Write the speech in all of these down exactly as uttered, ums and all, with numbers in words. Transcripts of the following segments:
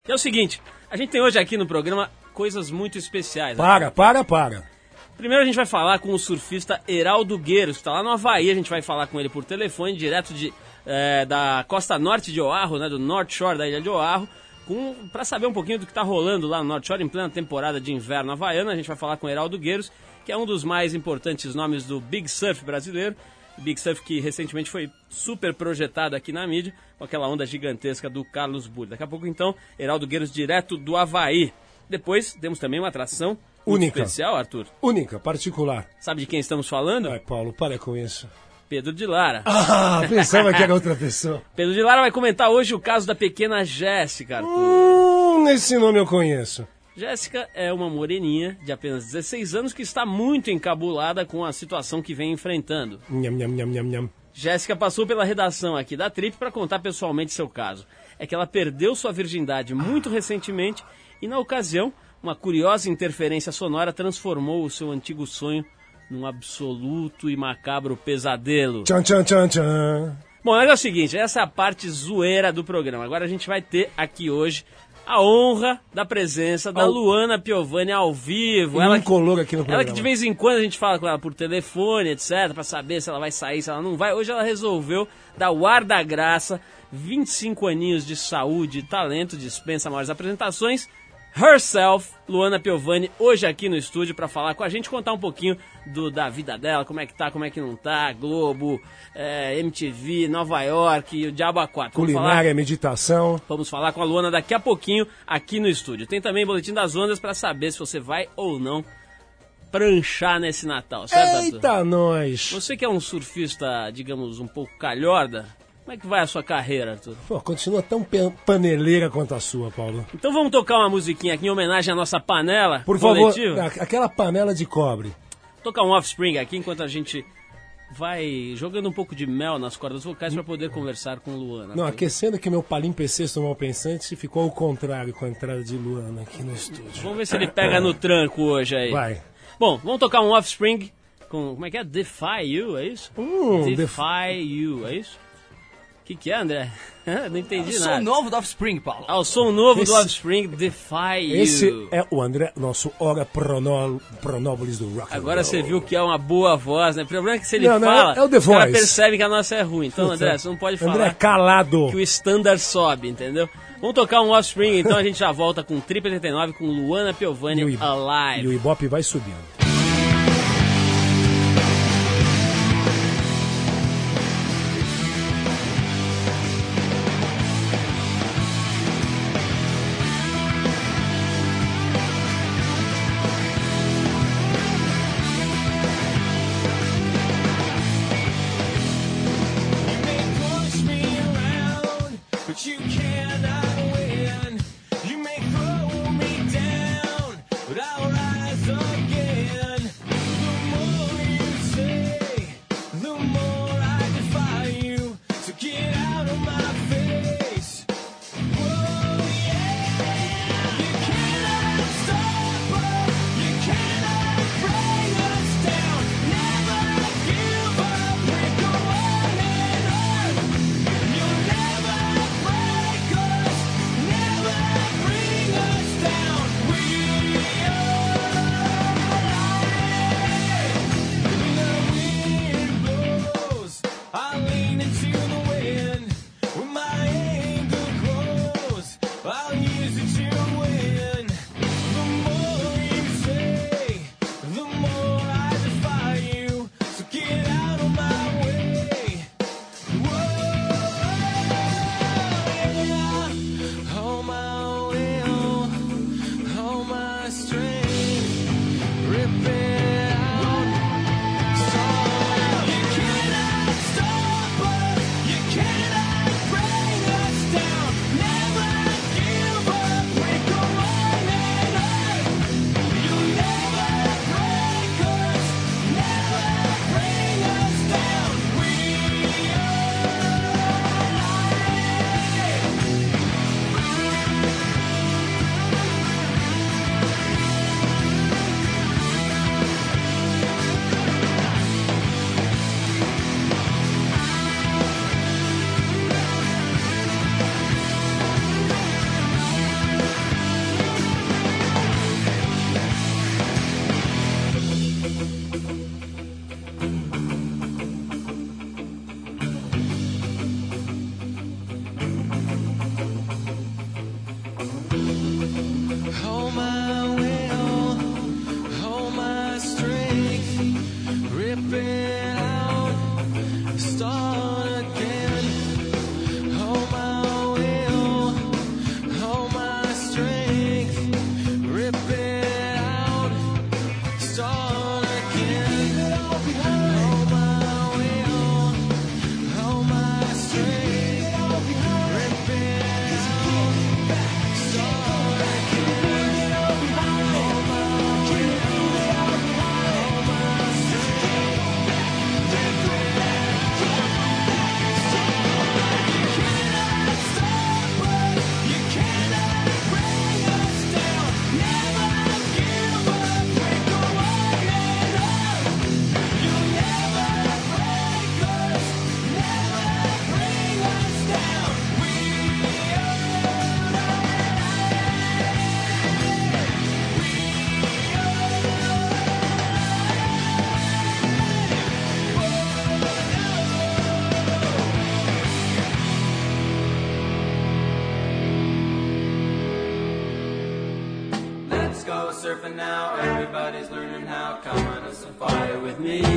É o seguinte, a gente tem hoje aqui no programa coisas muito especiais. Para, né? para, para. Primeiro a gente vai falar com o surfista Heraldo Gueiros, que está lá no Havaí. A gente vai falar com ele por telefone, direto de, é, da costa norte de Oahu, né, do North Shore da ilha de Oahu, para saber um pouquinho do que está rolando lá no North Shore em plena temporada de inverno havaiana. A gente vai falar com o Heraldo Gueiros, que é um dos mais importantes nomes do Big Surf brasileiro. Big Surf que recentemente foi super projetado aqui na mídia, com aquela onda gigantesca do Carlos Bulli. Daqui a pouco, então, Heraldo Gueiros direto do Havaí. Depois, temos também uma atração única, especial, Arthur. Única, particular. Sabe de quem estamos falando? Ai, Paulo, para com isso. Pedro de Lara. Ah, pensava que era outra pessoa. Pedro de Lara vai comentar hoje o caso da pequena Jéssica, Arthur. Hum, esse nome eu conheço. Jéssica é uma moreninha de apenas dezesseis anos que está muito encabulada com a situação que vem enfrentando. Nham, nham, nham, nham, nham. Jéssica passou pela redação aqui da Trip para contar pessoalmente seu caso. É que ela perdeu sua virgindade muito recentemente e, na ocasião, uma curiosa interferência sonora transformou o seu antigo sonho num absoluto e macabro pesadelo. Tchan, tchan, tchan, tchan. Bom, é o seguinte, essa é a parte zoeira do programa. Agora a gente vai ter aqui hoje a honra da presença da Luana Piovani ao vivo. Ela colou aqui no programa. Ela que de vez em quando a gente fala com ela por telefone, etcétera, pra saber se ela vai sair, se ela não vai. Hoje ela resolveu dar o ar da graça, vinte e cinco aninhos de saúde e talento, dispensa maiores apresentações. Herself, Luana Piovani, hoje aqui no estúdio para falar com a gente, contar um pouquinho do, da vida dela, como é que tá, como é que não tá, Globo, é, M T V, Nova York e o Diabo a quatro. Culinária, falar, meditação. Vamos falar com a Luana daqui a pouquinho aqui no estúdio. Tem também Boletim das Ondas para saber se você vai ou não pranchar nesse Natal, certo? Eita, Arthur? Nós! Você que é um surfista, digamos, um pouco calhorda, como é que vai a sua carreira, Arthur? Pô, continua tão paneleira quanto a sua, Paulo. Então vamos tocar uma musiquinha aqui em homenagem à nossa panela Por coletiva? favor, aquela panela de cobre. Vou tocar um Offspring aqui enquanto a gente vai jogando um pouco de mel nas cordas vocais para poder conversar com Luana. Não, aquecendo que meu palimpsesto mal pensante ficou ao contrário com a entrada de Luana aqui no estúdio. Vamos ver se ele pega no tranco hoje aí. Vai. Bom, vamos tocar um Offspring com, como é que é? Defy You, é isso? Hum, Defy def... You, é isso? O que, que é, André? Não entendi é o nada. O som novo do Offspring, Paulo. Ah, o som novo esse, do Offspring, Defy You. Esse é o André, nosso hora pronó, pronópolis do rock. Agora você viu que é uma boa voz, né? O problema é que se ele não, fala, não, é o The o cara Voice. percebe que a nossa é ruim. Então, André, você não pode falar André, calado. que o standard sobe, entendeu? Vamos tocar um Offspring, então a gente já volta com Trip oitenta e nove, com Luana Piovani, e o, Alive. E o Ibope vai subindo. Never give up, we go hold my will, hold my strength, rip it out, start again. Hold my will, hold my strength, rip it out, start again. Hold my will, hold my strength, rip it out, start again. Hold my will, hold my strength, rip it Let's go surfing now, everybody's learning how. Come on a safari with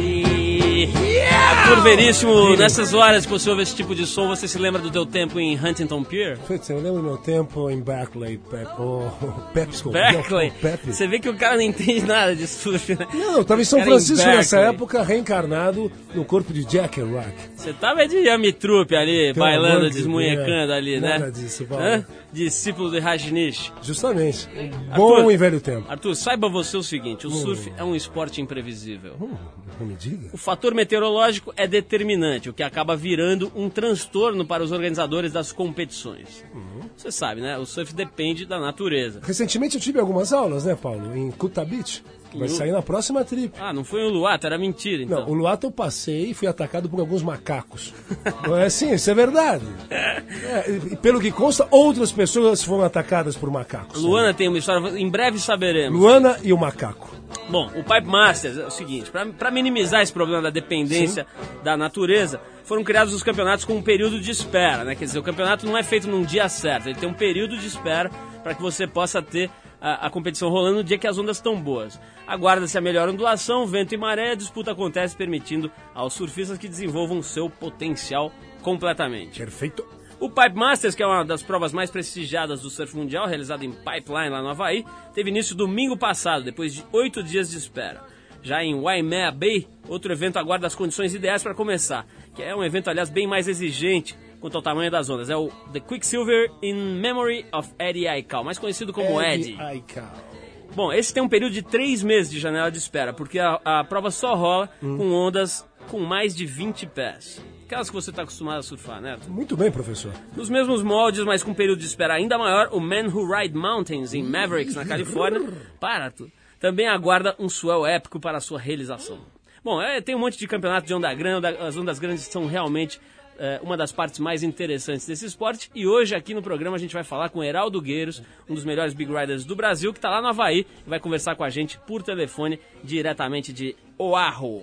me. Arthur Veríssimo, nessas horas que você ouve esse tipo de som, você se lembra do teu tempo em Huntington Pier? Putz, eu lembro do meu tempo em Berkeley, Pep, oh, Pep, desculpa. Berkeley? Não, Pep. Você vê que o cara não entende nada de surf, né? Não, eu tava em São Cara, Francisco em nessa Berkeley. época, reencarnado no corpo de Jack Kerouac. Você tava de Yami Trupe ali, Pelo bailando, amor de desmunhecando Deus. ali, né? Nada disso, Paulo. Hã? Discípulo de Rajneesh. Justamente. Bom Arthur, e velho tempo. Arthur, saiba você o seguinte, o surf é um esporte imprevisível. Hum, não me diga. O fator meteorológico é determinante, o que acaba virando um transtorno para os organizadores das competições. Você sabe, né? O surf depende da natureza. Recentemente eu tive algumas aulas, né, Paulo? Em Kuta Beach. Que vai Lu- sair na próxima trip. Ah, não foi um Luata, era mentira, então. Não, o Luata eu passei e fui atacado por alguns macacos. Não é assim? Isso é verdade. É, e pelo que consta, outras pessoas foram atacadas por macacos. Luana tem uma história, em breve saberemos. Luana e o macaco. Bom, o Pipe Masters é o seguinte, para minimizar esse problema da dependência da natureza, foram criados os campeonatos com um período de espera, né? Quer dizer, o campeonato não é feito num dia certo, ele tem um período de espera para que você possa ter a, a competição rolando no dia que as ondas estão boas. Aguarda-se a melhor ondulação, vento e maré, a disputa acontece permitindo aos surfistas que desenvolvam seu potencial completamente. Perfeito. O Pipe Masters, que é uma das provas mais prestigiadas do surf mundial, realizada em Pipeline, lá no Havaí, teve início domingo passado, depois de oito dias de espera. Já em Waimea Bay, outro evento aguarda as condições ideais para começar, que é um evento, aliás, bem mais exigente quanto ao tamanho das ondas. É o The Quicksilver in Memory of Eddie Aikau, mais conhecido como Eddie. Aikau. Bom, esse tem um período de três meses de janela de espera, porque a, a prova só rola hum. com ondas com mais de vinte pés. Aquelas que você está acostumado a surfar, né? Muito bem, professor. Nos mesmos moldes, mas com um período de espera ainda maior, o Man Who Ride Mountains, em Mavericks, na Califórnia, para tudo, também aguarda um swell épico para a sua realização. Bom, é, tem um monte de campeonato de onda grande, as ondas grandes são realmente é, uma das partes mais interessantes desse esporte, e hoje aqui no programa a gente vai falar com Heraldo Gueiros, um dos melhores big riders do Brasil, que está lá no Havaí e vai conversar com a gente por telefone, diretamente de Oahu.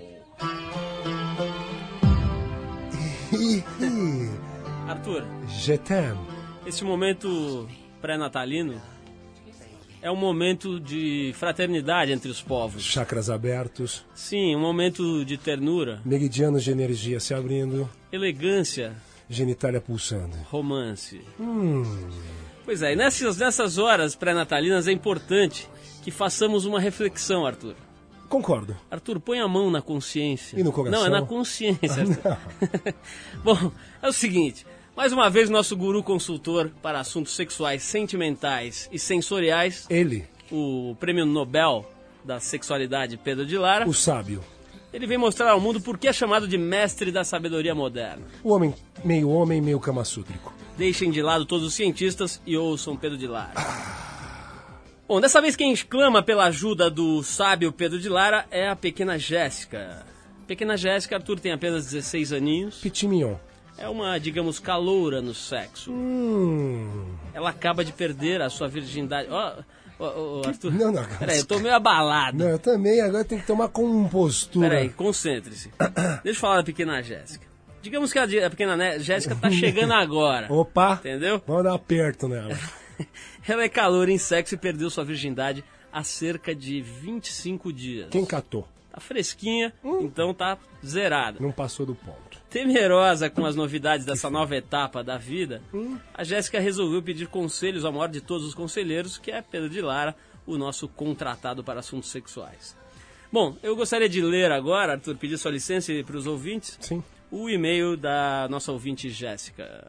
Arthur, Je t'aime. esse momento pré-natalino é um momento de fraternidade entre os povos. Chakras abertos. Sim, um momento de ternura, Meridianos de energia se abrindo. elegância, Genitália pulsando. romance. Hum. Pois é, e nessas, nessas horas pré-natalinas é importante que façamos uma reflexão, Arthur. Concordo. Arthur, põe a mão na consciência. E no coração? Não, é na consciência, Arthur. Bom, é o seguinte, mais uma vez nosso guru consultor para assuntos sexuais, sentimentais e sensoriais, Ele, o prêmio Nobel da sexualidade Pedro de Lara, o sábio. ele vem mostrar ao mundo por que é chamado de mestre da sabedoria moderna. O homem, meio homem, meio camassútrico. Deixem de lado todos os cientistas e ouçam Pedro de Lara. Bom, dessa vez quem exclama pela ajuda do sábio Pedro de Lara é a pequena Jéssica. Pequena Jéssica, Arthur, tem apenas dezesseis aninhos. Petit mignon. É uma, digamos, caloura no sexo. Hum. Ela acaba de perder a sua virgindade. Ó, ó, ó, Arthur. Não, não. Peraí, eu tô meio abalado. Não, eu também agora tenho que tomar compostura. Peraí, concentre-se. Deixa eu falar da pequena Jéssica. Digamos que a, a pequena né, Jéssica tá chegando agora. Opa! Entendeu? Vamos dar um aperto nela. Ela é calor em sexo e perdeu sua virgindade há cerca de vinte e cinco dias. Quem catou? Tá fresquinha, hum. então tá zerada. Não passou do ponto. Temerosa com as novidades dessa nova etapa da vida, hum. a Jéssica resolveu pedir conselhos ao maior de todos os conselheiros, que é Pedro de Lara, o nosso contratado para assuntos sexuais. Bom, eu gostaria de ler agora, Arthur, pedir sua licença para os ouvintes, Sim. o e-mail da nossa ouvinte Jéssica.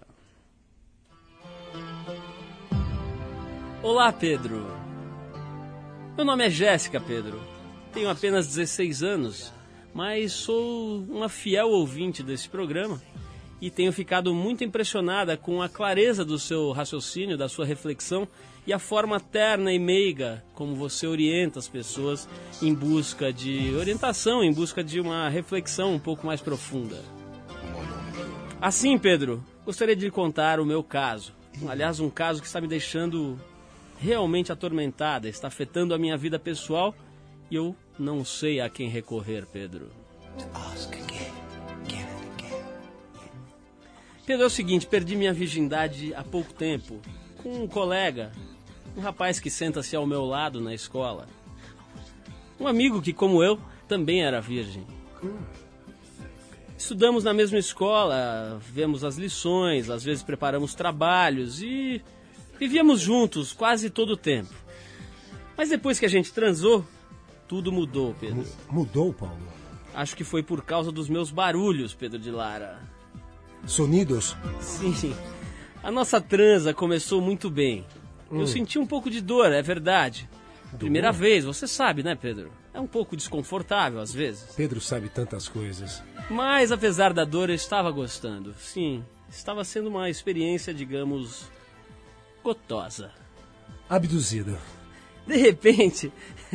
Olá, Pedro. Meu nome é Jéssica, Pedro. Tenho apenas dezesseis anos, mas sou uma fiel ouvinte desse programa e tenho ficado muito impressionada com a clareza do seu raciocínio, da sua reflexão e a forma terna e meiga como você orienta as pessoas em busca de orientação, em busca de uma reflexão um pouco mais profunda. Assim, Pedro, gostaria de lhe contar o meu caso. Aliás, um caso que está me deixando realmente atormentada, está afetando a minha vida pessoal e eu não sei a quem recorrer, Pedro. Pedro, é o seguinte, perdi minha virgindade há pouco tempo com um colega, um rapaz que senta-se ao meu lado na escola. Um amigo que, como eu, também era virgem. Estudamos na mesma escola, vemos as lições, às vezes preparamos trabalhos e vivíamos juntos quase todo o tempo. Mas depois que a gente transou, tudo mudou, Pedro. Mudou, Paulo? Acho que foi por causa dos meus barulhos, Pedro de Lara. Sonidos? Sim. A nossa transa começou muito bem. Hum. Eu senti um pouco de dor, é verdade. Do Primeira bom? vez, você sabe, né, Pedro? É um pouco desconfortável às vezes. Pedro sabe tantas coisas. Mas apesar da dor, eu estava gostando. Sim, estava sendo uma experiência, digamos, gotosa. Abduzida. De repente,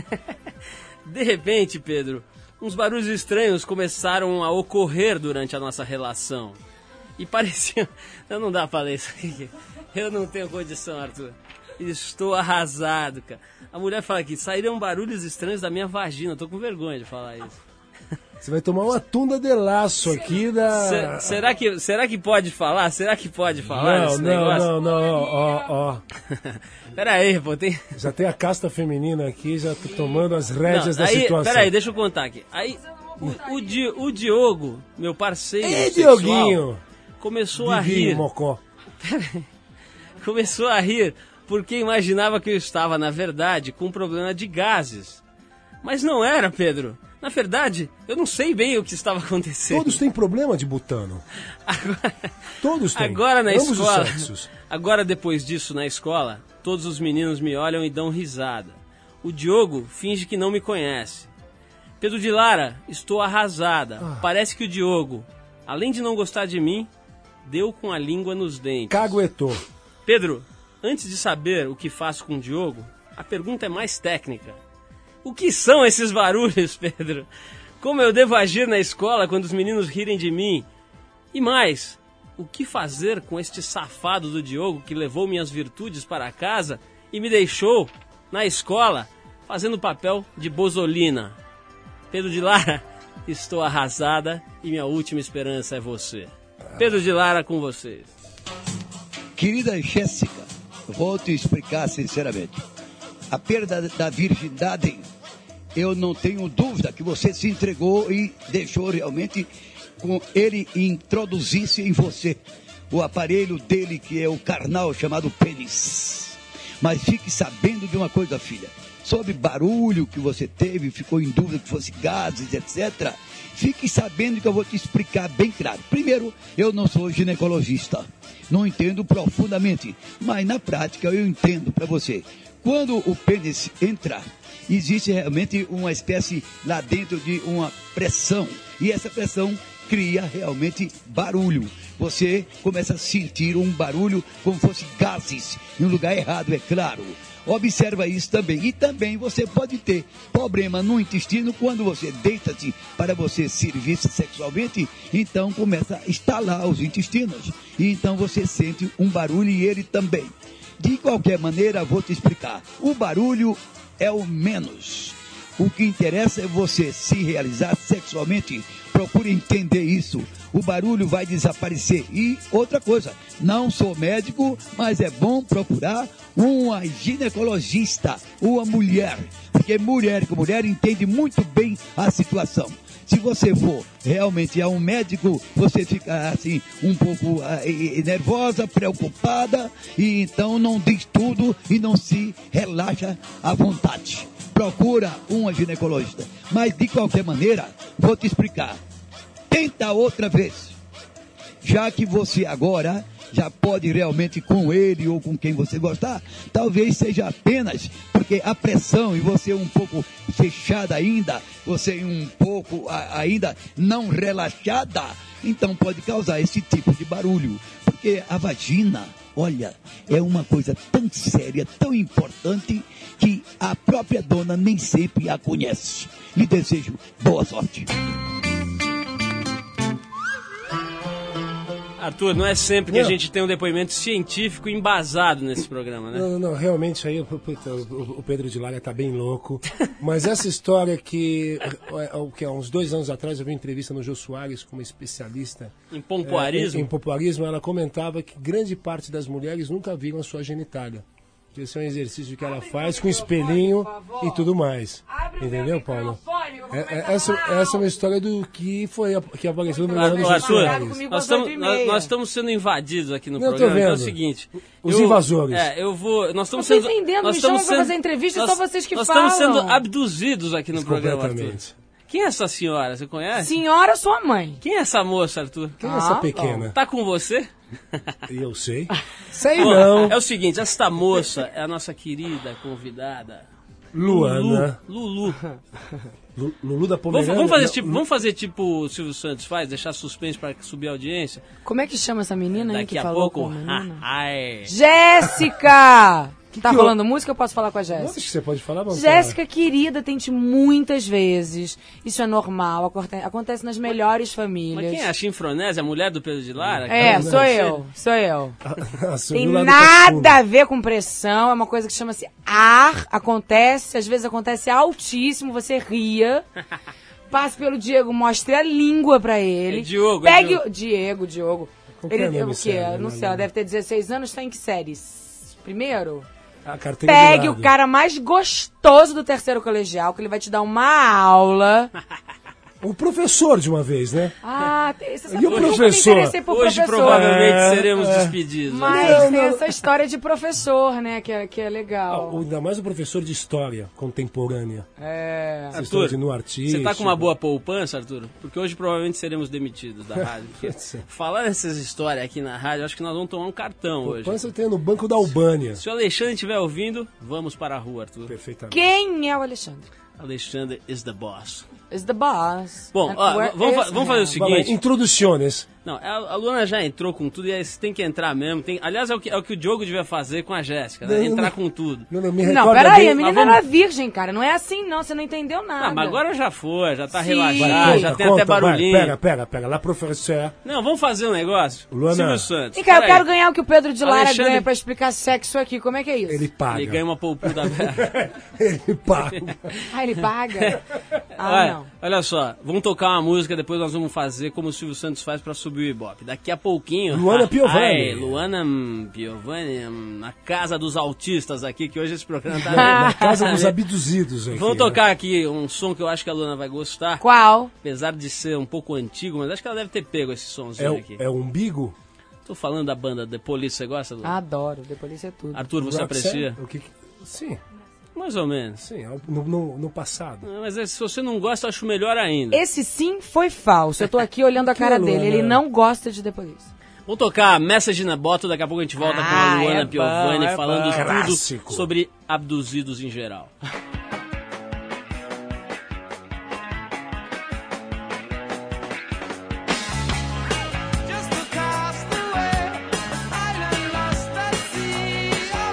de repente, Pedro, uns barulhos estranhos começaram a ocorrer durante a nossa relação. E parecia... Não, não dá pra ler isso aqui. Eu não tenho condição, Arthur. Estou arrasado, cara. A mulher fala aqui, saíram barulhos estranhos da minha vagina. Eu tô com vergonha de falar isso. Você vai tomar uma tunda de laço aqui da... Se, será, que, será que pode falar? Será que pode falar não, esse não, negócio? Não, não, não, ó, ó. Pera aí, pô, tem... Já tem a casta feminina aqui, já tô tomando as rédeas não, da aí, situação. Pera aí, deixa eu contar aqui. Aí, o, o, Di, o Diogo, meu parceiro Ei, sexual, Dioguinho! começou a Vivi, rir. Mocó. Pera aí. Começou a rir porque imaginava que eu estava, na verdade, com um problema de gases. Mas não era, Pedro. Na verdade, eu não sei bem o que estava acontecendo. Todos têm problema de butano. Agora, Todos têm. Agora na Ambos escola. Os sexos. Agora depois disso na escola, todos os meninos me olham e dão risada. O Diogo finge que não me conhece. Pedro de Lara, estou arrasada. Ah. Parece que o Diogo, além de não gostar de mim, deu com a língua nos dentes. Caguetou. Pedro, antes de saber o que faço com o Diogo, a pergunta é mais técnica. O que são esses barulhos, Pedro? Como eu devo agir na escola quando os meninos rirem de mim? E mais, o que fazer com este safado do Diogo que levou minhas virtudes para casa e me deixou, na escola, fazendo o papel de bozolina? Pedro de Lara, estou arrasada e minha última esperança é você. Pedro de Lara, com vocês. Querida Jéssica, vou te explicar sinceramente. A perda da virgindade, eu não tenho dúvida que você se entregou e deixou realmente com ele introduzisse em você o aparelho dele, que é o carnal chamado pênis. Mas fique sabendo de uma coisa, filha. Sobre barulho que você teve, ficou em dúvida que fosse gases, etcétera. Fique sabendo que eu vou te explicar bem claro. Primeiro, eu não sou ginecologista. Não entendo profundamente, mas na prática eu entendo para você. Quando o pênis entra, existe realmente uma espécie lá dentro de uma pressão. E essa pressão cria realmente barulho. Você começa a sentir um barulho como fosse gases, no lugar errado, é claro. Observa isso também. E também você pode ter problema no intestino quando você deita-se para você servir-se sexualmente, então começa a estalar os intestinos. E então você sente um barulho e ele também. De qualquer maneira, vou te explicar. O barulho é o menos. O que interessa é você se realizar sexualmente. Procure entender isso. O barulho vai desaparecer. E outra coisa, não sou médico, mas é bom procurar uma ginecologista, uma mulher. Porque mulher com mulher entende muito bem a situação. Se você for realmente a um médico, você fica assim um pouco ah, nervosa, preocupada, e então não diz tudo e não se relaxa à vontade. Procura uma ginecologista. Mas de qualquer maneira, vou te explicar. Tenta outra vez. Já que você agora já pode realmente com ele ou com quem você gostar, talvez seja apenas porque a pressão e você um pouco fechada ainda, você um pouco a, ainda não relaxada, então pode causar esse tipo de barulho. Porque a vagina, olha, é uma coisa tão séria, tão importante, que a própria dona nem sempre a conhece. Lhe desejo boa sorte. Arthur, não é sempre que Não. a gente tem um depoimento científico embasado nesse programa, né? Não, não, não, realmente aí puta, o o Pedro de Lara tá bem louco. Mas essa história que, é, o que há uns dois anos atrás eu vi uma entrevista no Jô Soares com uma especialista Em pompoarismo? é, em, em popularismo, ela comentava que grande parte das mulheres nunca viram a sua genitália. Esse é um exercício que ela faz com espelhinho e tudo mais. Entendeu, Paulo? É, é, essa, essa é uma história do que foi a- que apareceu no programa do Jô Arthur, Soares. nós estamos, nós, nós estamos sendo invadidos aqui no Eu tô programa. Então é o vendo. seguinte. Os eu- invasores. É, eu vou. Nós estamos Não tô sendo. entendendo, nós me estamos chamam pra fazer entrevista, nós, só vocês que nós falam. estamos sendo abduzidos aqui no programa, Arthur. Completamente. Quem é essa senhora? Você conhece? Senhora, sua mãe. Quem é essa moça, Arthur? Quem é essa Ah, pequena? Tá com você? Eu sei. Sei Bom, não. É o seguinte, esta moça é a nossa querida convidada. Luana. Lulu. Lu- Lulu da Vamos, Pomerânia. vamos fazer Não, tipo, vamos fazer tipo o Silvio Santos faz, deixar suspense para subir a audiência. Como é que chama essa menina aí Daqui que a falou pouco. com a menina? Ai. Jéssica! Tá que rolando música? Eu posso falar com a Lógico Jéssica? que você pode falar, vamos Jéssica, querida, tente muitas vezes. Isso é normal, acorte- acontece nas melhores famílias. Mas quem é a Chinfronese, a mulher do Pedro de Lara? É, Não, sou não, eu, sou eu. falar. Ah, Tem subiu lá do nada Caxunda. a ver com pressão, é uma coisa que chama-se ar, acontece, às vezes acontece altíssimo, você ria, passe pelo Diego, mostre a língua pra ele. É Diogo, é Pegue Diogo. o... Diego, Diogo. Qual que é o Ele, nome o quê? sério, Não né, sei, ela Lula? deve ter dezesseis anos, tá em que séries? Primeiro? A carteira de Pegue o lado. cara mais gostoso do terceiro colegial, que ele vai te dar uma aula. O professor de uma vez, né? Ah, tem- você sabe E o que eu nunca me professor? interessei por Hoje professor. provavelmente É, seremos é. despedidos. Mas Não, tem não. essa história de professor, né, que é, que é Ah, legal. o- ainda mais o professor de história contemporânea. É... Essa história Arthur, de no artístico. você tá com uma boa poupança, Arthur? Porque hoje provavelmente seremos demitidos da rádio. Porque falar essas histórias aqui na rádio, acho que nós vamos tomar um cartão hoje. Poupança eu tenho no Banco da Albânia. Se o Alexandre estiver ouvindo, vamos para a rua, Arthur. Perfeitamente. Quem é o Alexandre? Alexandre is the boss. Is the boss. Bom, And ó, where vamos, fa- is vamos fazer o him? seguinte. Vai, introduções. Não, a, a Luana já entrou com tudo e aí você tem que entrar mesmo. Tem, aliás, é o, que, é o que o Diogo devia fazer com a Jéssica, né? Não, Entrar não. com tudo. Não, não, me Não, recorda peraí, bem- a menina Mas vamos- era virgem, cara. Não é assim, não. Você não entendeu nada. Ah, mas agora já foi, já tá Sim. relaxado, Vai, já Conta, tem conta, até barulhinho. Vai, pera, pera, pera. Lá, professor. Não, vamos fazer um negócio. Luana. Silvio Santos. Vem cá, eu peraí. quero ganhar o que o Pedro de Lara Alexandre- ganha pra explicar sexo aqui. Como é que é isso? Ele paga. Ele ganha uma polpuda aberta. Ele paga. Ah, ele paga? Ah, olha, não. olha só, vamos tocar uma música, depois nós vamos fazer como o Silvio Santos faz pra subir o Ibope. Daqui a pouquinho... Luana Piovani. Ai, Luana hum, Piovani, hum, na casa dos autistas aqui, que hoje esse programa tá... Na casa dos abduzidos aqui. Vamos né? tocar aqui um som que eu acho que a Luana vai gostar. Qual? Apesar de ser um pouco antigo, mas acho que ela deve ter pego esse É, somzinho o- aqui. é o umbigo? Tô falando da banda The Police, você gosta, Luana? Adoro. Depois isso é tudo. Arthur, você Roxette? aprecia? O que que- Sim, Mais ou menos. sim. é o- No, no, no passado. Ah, Mas é, se você não gosta, eu acho melhor ainda. Esse sim foi falso. Eu tô aqui olhando a Que cara Luana? dele. Ele não gosta de The Police. Vamos tocar Message na Bottle, daqui a pouco a gente volta com a Ah, Luana é bom, Piovani é falando bom. tudo Clássico. sobre abduzidos em geral. Just across the way, an island lost at sea.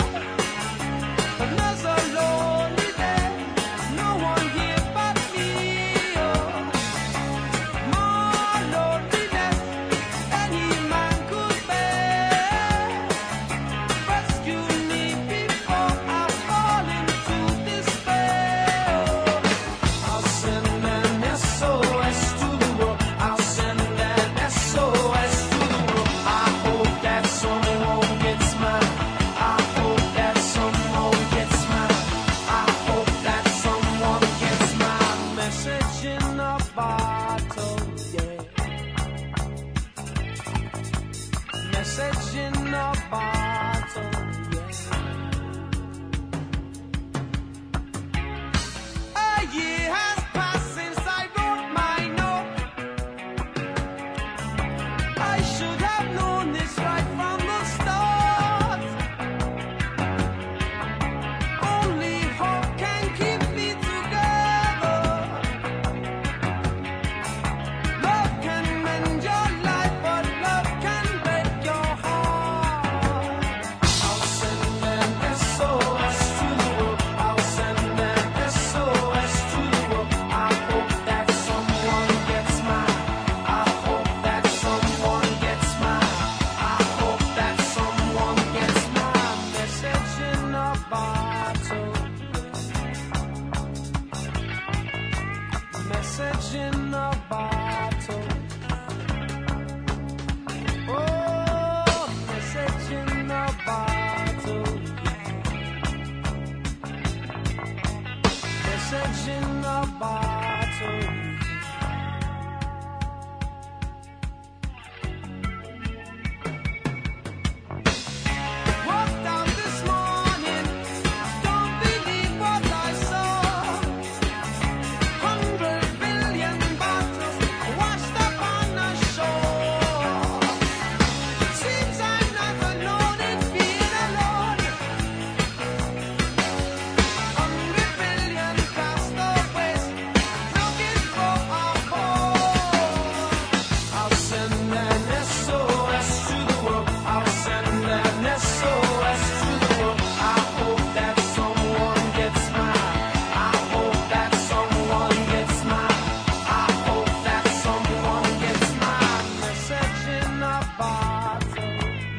Another lonely day, no one here but me. More loneliness any man could bear. Rescue me before I fall into despair. message in a bottle. Walked out this morning, don't believe what I saw. Hundred billion bottles washed up on the shore. Seems I've never known it being alone. Hundred billion castaways looking for a home. I'll send an S O S to the world. I'll send an S O S to the world. I hope that someone gets mine. I hope that someone gets mine. I hope that someone gets my message in a bottle.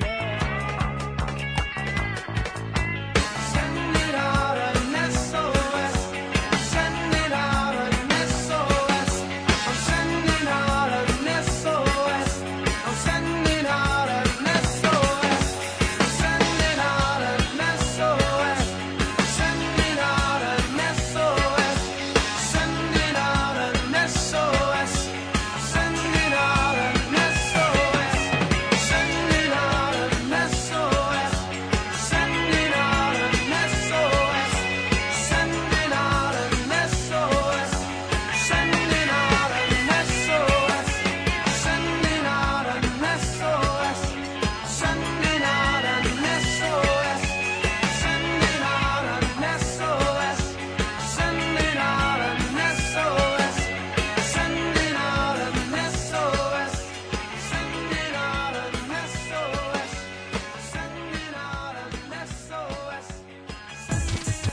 Send it out an S O S. Send it out an S O S. I'm sending out an S O S. I'm sending out an S O S. Sending out an S O S. Sending out an S O S. Sending out an S O S. Sending out an S O S. Sending out an S O S. Sending out an S O S. Sending out an S O S. Sending out an S O S. Sending out an S O S. Sending out an S O S. Sending out an S O S. Sending out an S O S. Sending out an S O S. Sending out an S O S. Sending out an S O S.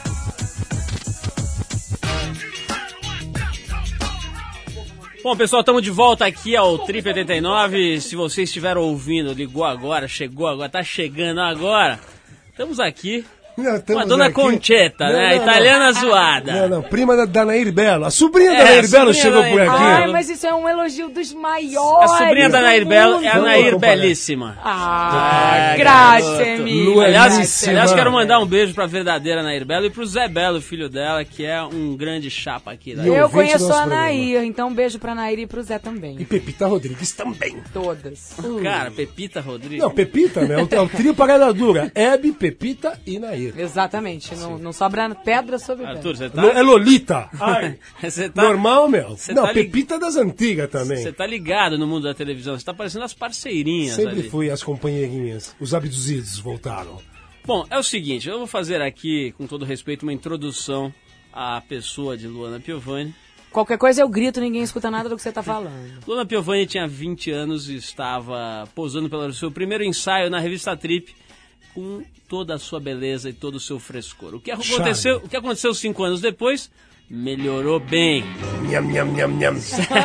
Bom, pessoal, estamos de volta aqui ao Trip oitenta e nove. Se vocês estiveram ouvindo, ligou agora, chegou agora, tá chegando agora. Estamos aqui Não, com a estamos dona aqui- Concheta, Não, né? não, Italiana zoada. Não, não, prima da, da Nair Belo. A sobrinha É, da Nair a Belo sobrinha chegou da por Nair aqui. Belo. Ai, mas isso é um elogio dos A maiores. sobrinha da do Nair Belo é a mundo. Nair comparar. Belíssima. Ah, É, graça, garoto. amigo. Lua Aliás, Belíssima. aliás, quero mandar um beijo pra verdadeira Nair Belo e pro Zé Belo, filho dela, que é um grande chapa aqui. Da... E Eu ouvinte conheço do nosso a programa. Nair, então um beijo pra Nair e pro Zé também. E Pepita Rodrigues também. Todas. Cara, Pepita Rodrigues. Não, Pepita, né? É o, é o trio parada dura. Hebe, Pepita e Nair. Exatamente, não, não sobra pedra sobre pedra. Arthur, você Lo- É tá... Lolita. Ai, Você tá... normal, meu. Cê Não, tá lig- Pepita das antigas também. Você tá ligado no mundo da televisão, você tá parecendo as parceirinhas Sempre ali. fui as companheirinhas. Os abduzidos voltaram. Bom, é o seguinte, eu vou fazer aqui, com todo respeito, uma introdução à pessoa de Luana Piovani. Qualquer coisa eu grito, ninguém escuta nada do que você tá falando. Luana Piovani tinha vinte anos e estava posando pelo seu primeiro ensaio na revista Trip, com toda a sua beleza e todo o seu frescor. O que aconteceu, o que aconteceu cinco anos depois, melhorou bem. Nham, nham, nham, nham.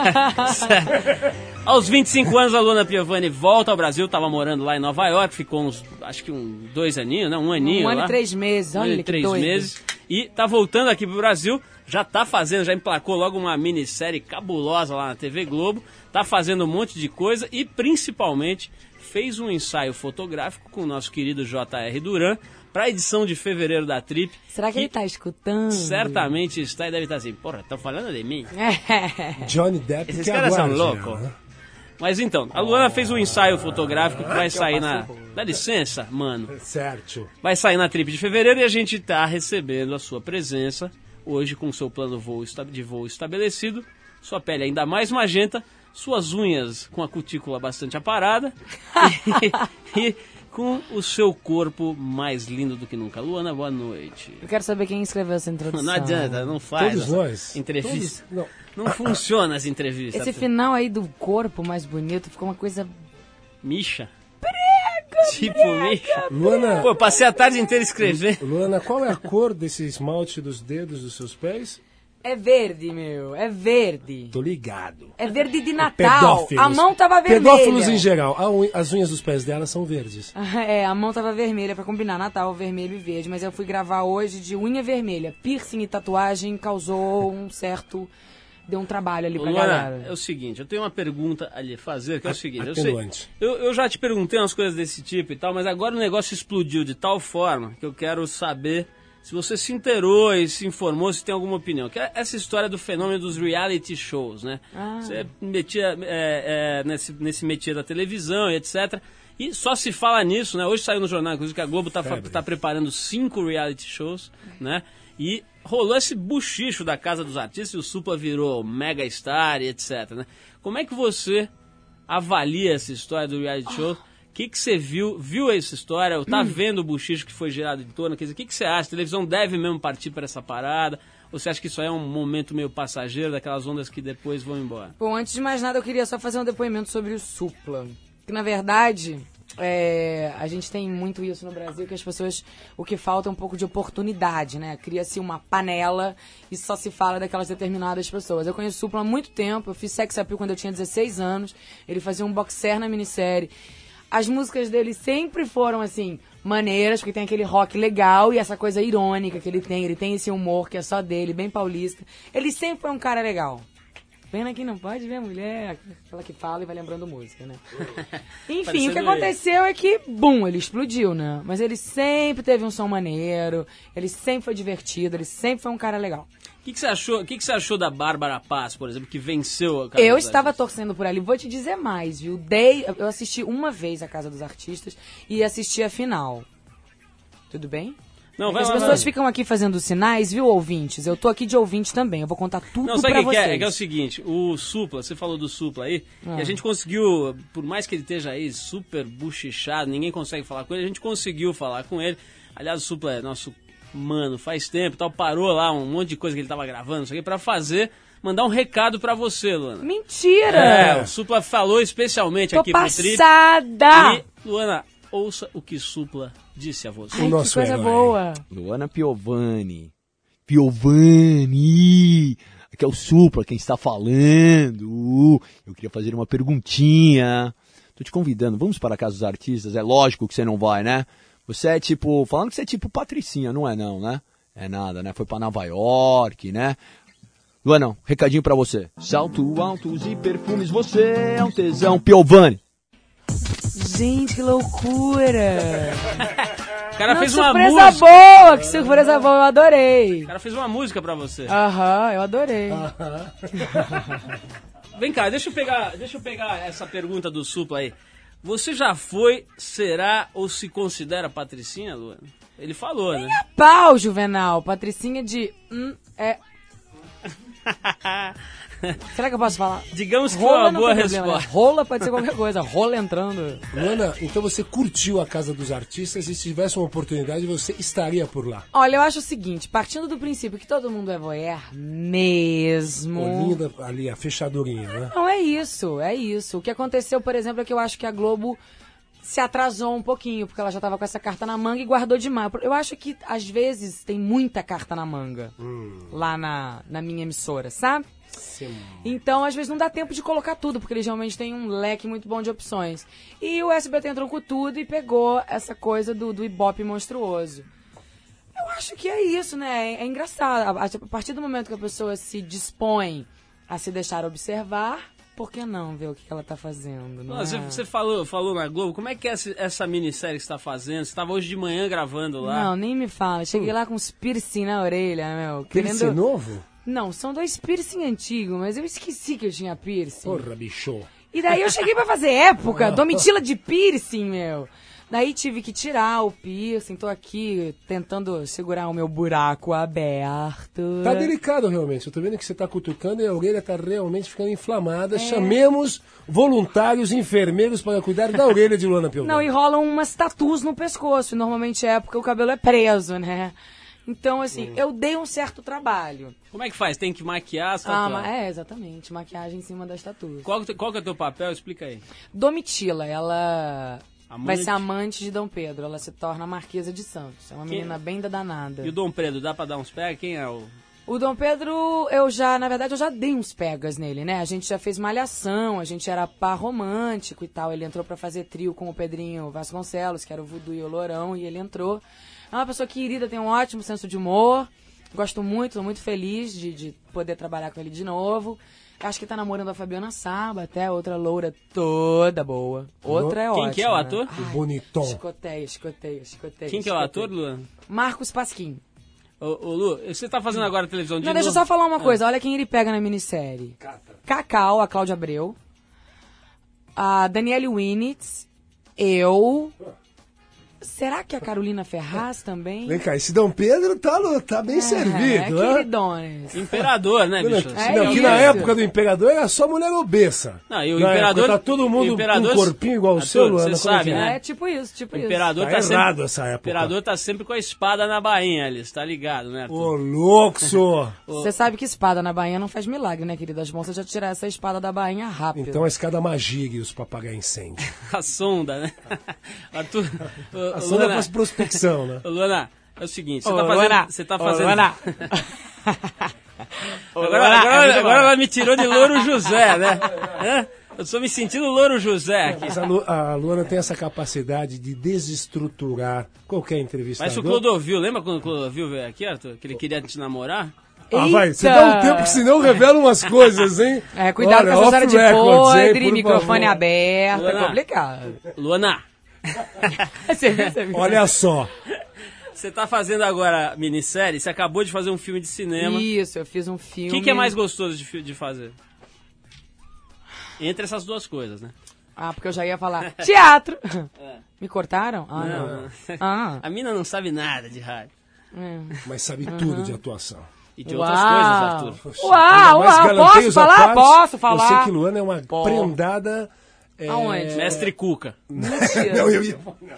Aos vinte e cinco anos, a Luana Piovani volta ao Brasil, estava morando lá em Nova York, ficou uns, acho que um, dois aninhos, né? Um aninho Um ano lá. e três meses, Um ano olha e que três doido. meses. E tá voltando aqui pro Brasil, já tá fazendo, já emplacou logo uma minissérie cabulosa lá na T V Globo, tá fazendo um monte de coisa e principalmente fez um ensaio fotográfico com o nosso querido J R Duran para a edição de fevereiro da Trip. Será que, ele tá escutando? Certamente está e deve estar assim, porra, estão falando de mim? É. Johnny Depp Esses que caras são aguarde, loucos. né? Mas então, a Luana fez um ensaio fotográfico que vai sair na... Dá licença, mano. Certo. Vai sair na Trip de fevereiro e a gente tá recebendo a sua presença hoje com o seu plano voo esta- de voo estabelecido, sua pele ainda mais magenta, suas unhas com a cutícula bastante aparada e, e com o seu corpo mais lindo do que nunca. Luana, boa noite. Eu quero saber quem escreveu essa introdução. Não adianta, não faz. Todos essa nós. Entrevista. Todos- não. Não funciona as entrevistas. Esse final aí do corpo mais bonito ficou uma coisa... Micha. Prega, tipo Micha. Luana, Pô, eu passei a tarde inteira escrevendo. Luana, qual é a cor desse esmalte dos dedos dos seus pés? É verde, meu. É verde. Tô ligado. É verde de Natal. Pedófilos. A mão tava vermelha. Pedófilos em geral. A unha- as unhas dos pés dela são verdes. É, a mão tava vermelha pra combinar Natal, vermelho e verde. Mas eu fui gravar hoje de unha vermelha. Piercing e tatuagem causou um certo... Deu um trabalho ali pra Luana, galera. é o seguinte, eu tenho uma pergunta a lhe fazer, que é o seguinte, eu, sei, Atenuante. eu, eu já te perguntei umas coisas desse tipo e tal, mas agora o negócio explodiu de tal forma que eu quero saber se você se inteirou e se informou, se tem alguma opinião. Que é essa história do fenômeno dos reality shows, né? Ah. Você metia é, é, nesse, nesse métier da televisão e etcétera. E só se fala nisso, né? Hoje saiu no jornal, inclusive, que a Globo tá, fa- tá preparando cinco reality shows, né? E rolou esse buchicho da Casa dos Artistas e o Supla virou mega star e etcétera, né? Como é que você avalia essa história do reality show? O que, que você viu? Viu essa história? Ou tá vendo o buchicho que foi gerado em torno? Quer dizer, o que, que você acha? A televisão deve mesmo partir para essa parada? Ou você acha que isso aí é um momento meio passageiro, daquelas ondas que depois vão embora? Bom, antes de mais nada, eu queria só fazer um depoimento sobre o Supla. Que, na verdade, é, a gente tem muito isso no Brasil, que as pessoas, o que falta é um pouco de oportunidade, né? Cria-se uma panela e só se fala daquelas determinadas pessoas. Eu conheço o Supla há muito tempo, eu fiz sex appeal quando eu tinha dezesseis anos, ele fazia um boxer na minissérie. As músicas dele sempre foram, assim, maneiras, porque tem aquele rock legal e essa coisa irônica que ele tem, ele tem esse humor que é só dele, bem paulista. Ele sempre foi um cara legal. Pena que não pode ver a mulher, aquela que fala e vai lembrando música, né? Enfim, o que aconteceu é que, bum, ele explodiu, né? Mas ele sempre teve um som maneiro, ele sempre foi divertido, ele sempre foi um cara legal. O que, que você achou? O que, que você achou da Bárbara Paz, por exemplo, que venceu a Casa Eu dos estava Artistas? torcendo por ela e vou te dizer mais, viu? Dei, eu assisti uma vez a Casa dos Artistas e assisti a final. Tudo bem? Não, vai As lá, vai pessoas lá. ficam aqui fazendo sinais, viu, ouvintes? Eu tô aqui de ouvinte também, eu vou contar tudo Não, sabe pra o que, que vocês. é? É que é o seguinte, o Supla, você falou do Supla aí, Ah. e a gente conseguiu, por mais que ele esteja aí super buchichado, ninguém consegue falar com ele, a gente conseguiu falar com ele. Aliás, o Supla é nosso mano, faz tempo e tal, parou lá um monte de coisa que ele tava gravando, isso aqui, pra fazer, mandar um recado pra você, Luana. Mentira! É, o Supla falou especialmente Tô aqui pro Trip. passada! E, Luana, ouça o que Supla disse a você. O Ai, nosso que coisa herói. boa. Luana Piovani. Piovani! Aqui é o Supla, quem está falando. Eu queria fazer uma perguntinha. Tô te convidando, vamos para a Casa dos Artistas. É lógico que você não vai, né? Você é tipo, falando que você é tipo Patricinha, não é não, né? É nada, né? Foi para Nova York, né? Luana, recadinho pra você. Salto altos e perfumes, você é um tesão. Piovani. Gente, que loucura! O cara Não, fez uma surpresa música. boa! Que surpresa boa, eu adorei! O cara fez uma música pra você. Aham, eu adorei. Vem cá, deixa eu pegar, deixa eu pegar essa pergunta do Supla aí. Você já foi, será ou se considera Patricinha, Luana? Ele falou, né? Pau, Juvenal! Patricinha de... Hum, é... Será que eu posso falar? Digamos que foi Rola uma não boa tem problema, né? resposta. Rola pode ser qualquer coisa. Rola entrando. Luana, então você curtiu a Casa dos Artistas e se tivesse uma oportunidade você estaria por lá. Olha, eu acho o seguinte, partindo do princípio que todo mundo é voyeur mesmo... Olhinda ali, a fechadurinha, né? Não, é isso, é isso. O que aconteceu, por exemplo, é que eu acho que a Globo se atrasou um pouquinho, porque ela já tava com essa carta na manga e guardou demais. Eu acho que, às vezes, tem muita carta na manga lá na, na minha emissora, sabe? Sim. Então, às vezes, não dá tempo de colocar tudo, porque eles realmente têm um leque muito bom de opções. E o S B T entrou com tudo e pegou essa coisa do, do Ibope monstruoso. Eu acho que é isso, né? É, é engraçado. A, a partir do momento que a pessoa se dispõe a se deixar observar, por que não ver o que ela tá fazendo? Não Você, é? você falou, falou na Globo, como é que é essa, essa minissérie que você tá fazendo? Você estava hoje de manhã gravando lá. Não, nem me fala. Cheguei lá com uns piercing na orelha, meu. Piercing querendo- novo? Não, são dois piercing antigos, mas eu esqueci que eu tinha piercing. Porra, bicho. E daí eu cheguei pra fazer época, Domitila de piercing, meu. Daí tive que tirar o piercing, tô aqui tentando segurar o meu buraco aberto. Tá delicado realmente. Eu tô vendo que você tá cutucando e a orelha tá realmente ficando inflamada. É. Chamemos voluntários enfermeiros para cuidar da orelha de Luana Piovani. Não, e rolam umas tatus no pescoço. E normalmente é porque o cabelo é preso, né? Então, assim, eu dei um certo trabalho. Como é que faz? Tem que maquiar as Ah, tatuagens? ma- é, exatamente. Maquiagem em cima das tatuas. Qual, que- qual que é o teu papel? Explica aí. Domitila, ela Amante? vai ser amante de Dom Pedro. Ela se torna a Marquesa de Santos. É uma Quem- menina bem da danada. E o Dom Pedro, dá pra dar uns pega? Quem é o... O Dom Pedro, eu já, na verdade, eu já dei uns pegas nele, né? A gente já fez malhação, a gente era par romântico e tal. Ele entrou pra fazer trio com o Pedrinho Vasconcelos, que era o Voodoo e o Lourão, e ele entrou. É uma pessoa querida, tem um ótimo senso de humor. Gosto muito, tô muito feliz de, de poder trabalhar com ele de novo. Acho que tá namorando a Fabiana Saba, até outra loura toda boa. Outra é Quem ótima. que é o ator? O Boniton. Chicoteia, chicoteia, chicoteia. Quem que é o chicoteia. ator, Luan? Marcos Pasquim. Ô, ô, Lu, você tá fazendo agora a televisão de Não, deixa eu novo? só falar uma coisa. Olha quem ele pega na minissérie. Cacau, a Cláudia Abreu. A Daniele Winitz. Eu. Será que a Carolina Ferraz também? Vem cá, esse Dom Pedro tá, no- tá bem servido, é, né? queridones. Imperador, né, bicho? É Não, que isso. na época do Imperador era só mulher obesa. Não, e o Na imperador... época tá todo mundo imperador- com um corpinho igual o Arthur, seu, Luana. Você como é sabe, que é? né? É tipo isso, tipo O isso. imperador Tá tá, errado sempre... essa época. O imperador tá sempre com a espada na bainha ali, você tá ligado, né, Arthur? Ô, louco, senhor. Você sabe que espada na bainha não faz milagre, né, querida? As moças já tiraram essa espada da bainha rápido. Então a escada magia e os papagaios incêndio. A sonda, né? Arthur... ô, A ô, sonda Luana, faz prospecção, né? ô, Luana, é o seguinte, você Ô, tá fazendo... Luana, Você tá ô, fazendo... Luana. Ô, Agora, Luana, agora, é muito agora bom. ela me tirou de Louro José, né? Hã? Eu tô me sentindo Louro José aqui. Mas a, Lu, a Luana tem essa capacidade de desestruturar qualquer entrevistador. Parece o Clodovil, lembra quando o Clodovil veio aqui, Arthur? Que ele queria te namorar? Ah, vai, você Eita! dá um tempo que senão revela umas coisas, hein? É, cuidado Olha, com essa história off de records, hein, podre, por microfone favor. aberto, é Luana. complicado. Luana, Você viu, você viu? Olha só. você tá fazendo agora minissérie, você acabou de fazer um filme de cinema. Isso, eu fiz um O filme... que, que é mais gostoso de, fi- de fazer? Entre essas duas coisas, né? Ah, porque eu já ia falar teatro. Me cortaram? Ah, não. Não. Ah, A mina não sabe nada de rádio. é. Mas sabe tudo de atuação. E de outras coisas, Arthur. Uau, Ainda mais uau, galanteios posso à falar? parte, Posso falar? Eu sei que Luana é uma Pô. prendada... é, Aonde? Mestre Cuca. Mentira. Não, eu ia...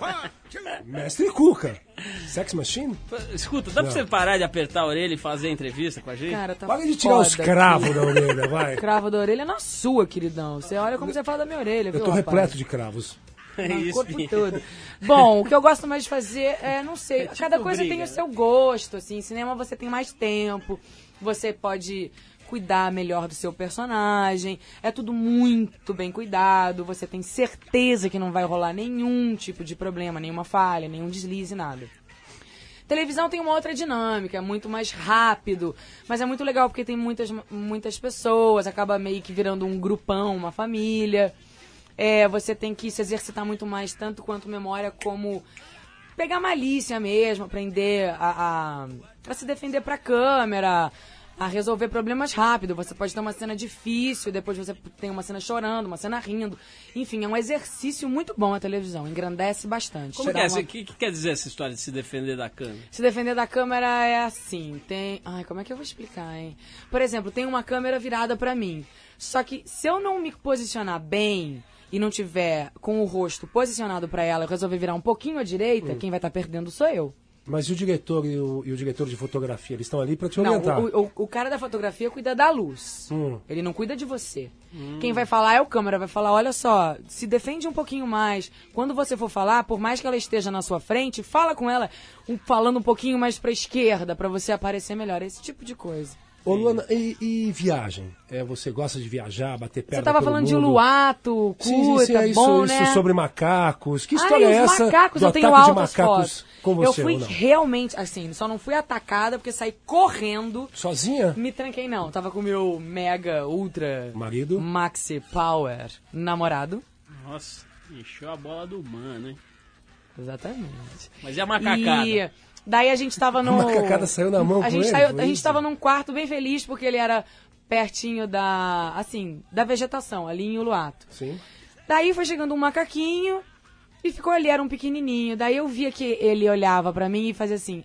Mestre Cuca. Sex Machine? Escuta, dá pra você parar de apertar a orelha e fazer a entrevista com a gente? Cara, tá Para de tirar foda os cravos da orelha, vai. Cravo da orelha é na sua, queridão. Você olha como você fala da minha orelha, Eu viu, tô rapaz? repleto de cravos. É No isso, corpo Pinho. todo. Bom, o que eu gosto mais de fazer é, não sei, tipo cada coisa briga, tem o né? seu gosto, assim. Em cinema você tem mais tempo, você pode cuidar melhor do seu personagem, é tudo muito bem cuidado, você tem certeza que não vai rolar nenhum tipo de problema, nenhuma falha, nenhum deslize, nada. Televisão tem uma outra dinâmica, é muito mais rápido, mas é muito legal porque tem muitas, muitas pessoas, acaba meio que virando um grupão, uma família. É, você tem que se exercitar muito mais, tanto quanto memória, como pegar malícia mesmo, aprender a, a, a se defender pra câmera, a resolver problemas rápido. Você pode ter uma cena difícil, depois você tem uma cena chorando, uma cena rindo. Enfim, é um exercício muito bom a televisão, engrandece bastante. Como Te que dá é? uma- O que, que quer dizer essa história de se defender da câmera? Se defender da câmera é assim, tem... Ai, como é que eu vou explicar, hein? Por exemplo, tem uma câmera virada pra mim. Só que se eu não me posicionar bem e não tiver com o rosto posicionado pra ela, eu resolver virar um pouquinho à direita, quem vai estar perdendo sou eu. Mas e o diretor e o, e o diretor de fotografia, eles estão ali pra te Não, orientar. o, o, o cara da fotografia cuida da luz. Hum. Ele não cuida de você. Quem vai falar é o câmera, vai falar, olha só, se defende um pouquinho mais. Quando você for falar, por mais que ela esteja na sua frente, fala com ela um- falando um pouquinho mais pra esquerda, pra você aparecer melhor. Esse tipo de coisa. Ô, Luana, e, e viagem? É, você gosta de viajar, bater perna Você tava todo falando de mundo? Luato, Sim, curta, sim, sim, é isso, bom, isso né? sobre macacos. Que história Ai, é os essa macacos, do eu tenho ataque de altas macacos fotos. com você, eu fui ou não? realmente, assim, só não fui atacada porque saí correndo. Sozinha? Me tranquei, não. Tava com o meu mega, ultra, Marido? maxi power namorado. Nossa, encheu a bola do mano, hein? Exatamente. Mas e a macacada? E daí a gente tava no... A macacada saiu na mão a com gente ele, saiu- foi A gente isso? tava num quarto bem feliz porque ele era pertinho da, assim, da vegetação, ali em Uluato. Sim. Daí foi chegando um macaquinho e ficou ali, era um pequenininho. Daí eu via que ele olhava pra mim e fazia assim.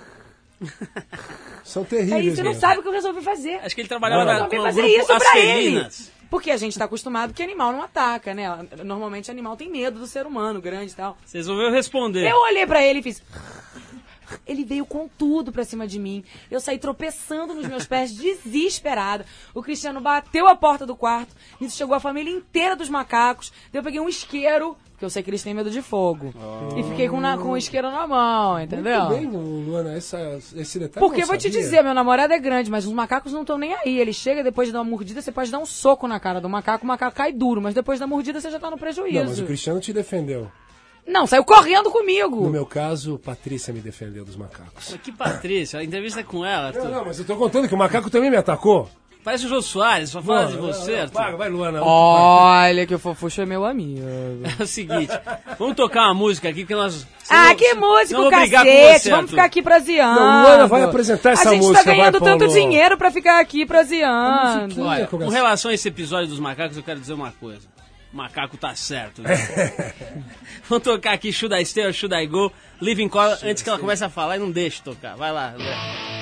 São terríveis. Aí você não mesmo. sabe o que eu resolvi fazer. Acho que ele trabalhava Eu na, resolvi com o fazer grupo isso As pra ele. Felinas. Porque a gente tá acostumado que animal não ataca, né? Normalmente animal tem medo do ser humano, grande e tal. Você resolveu responder. Eu olhei pra ele e fiz... Ele veio com tudo pra cima de mim. Eu saí tropeçando nos meus pés, desesperada. O Cristiano bateu a porta do quarto. Nisso chegou a família inteira dos macacos. Daí eu peguei um isqueiro, porque eu sei que eles têm medo de fogo. Oh. E fiquei com, na- com o isqueiro na mão, entendeu? Muito bem, Luana, essa, esse detalhe eu Porque não vou te sabia. dizer, meu namorado é grande, mas os macacos não estão nem aí. Ele chega, depois de dar uma mordida, você pode dar um soco na cara do macaco, o macaco cai duro, mas depois da mordida você já tá no prejuízo. Não, mas o Cristiano te defendeu. Não, saiu correndo No comigo. meu caso, Patrícia me defendeu dos macacos. Mas que Patrícia, a entrevista é com ela, Não, Arthur. não, mas eu tô contando que o macaco também me atacou. Parece o Jô Soares, só fala de você, Arthur. Vai, vai, Luana. Olha que o Fofuxo é meu amigo. É o seguinte, vamos tocar uma música aqui, porque nós... Ah, senão- que senão música, eu vou brigar com cacete! você, Vamos Arthur. ficar aqui prazeando. Não, Luana vai apresentar essa A gente música, tá ganhando vai, tanto Paulo. dinheiro pra ficar aqui prazeando. Olha, coração. com relação a esse episódio dos macacos, eu quero dizer uma coisa. O macaco tá certo. Né? Vamos tocar aqui Should I Stay or Should I Go? Living Color, antes que ela comece a falar e não deixe tocar. Vai lá, André.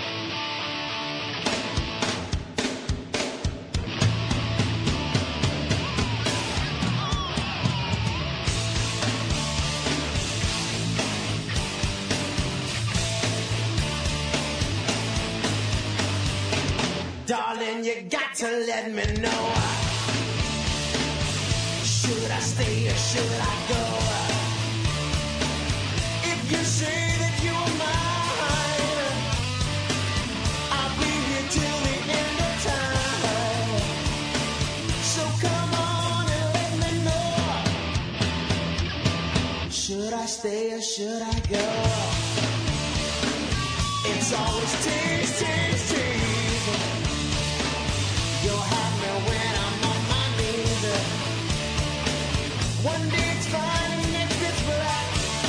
Darling, you got to let me know. Should I stay or should I go? If you say that you are mine, I'll be here till the end of time. So come on and let me know. Should I stay or should I go? It's always tease, tease, tease. You'll have me when I'm on my knees. One day it's fine and next it's black.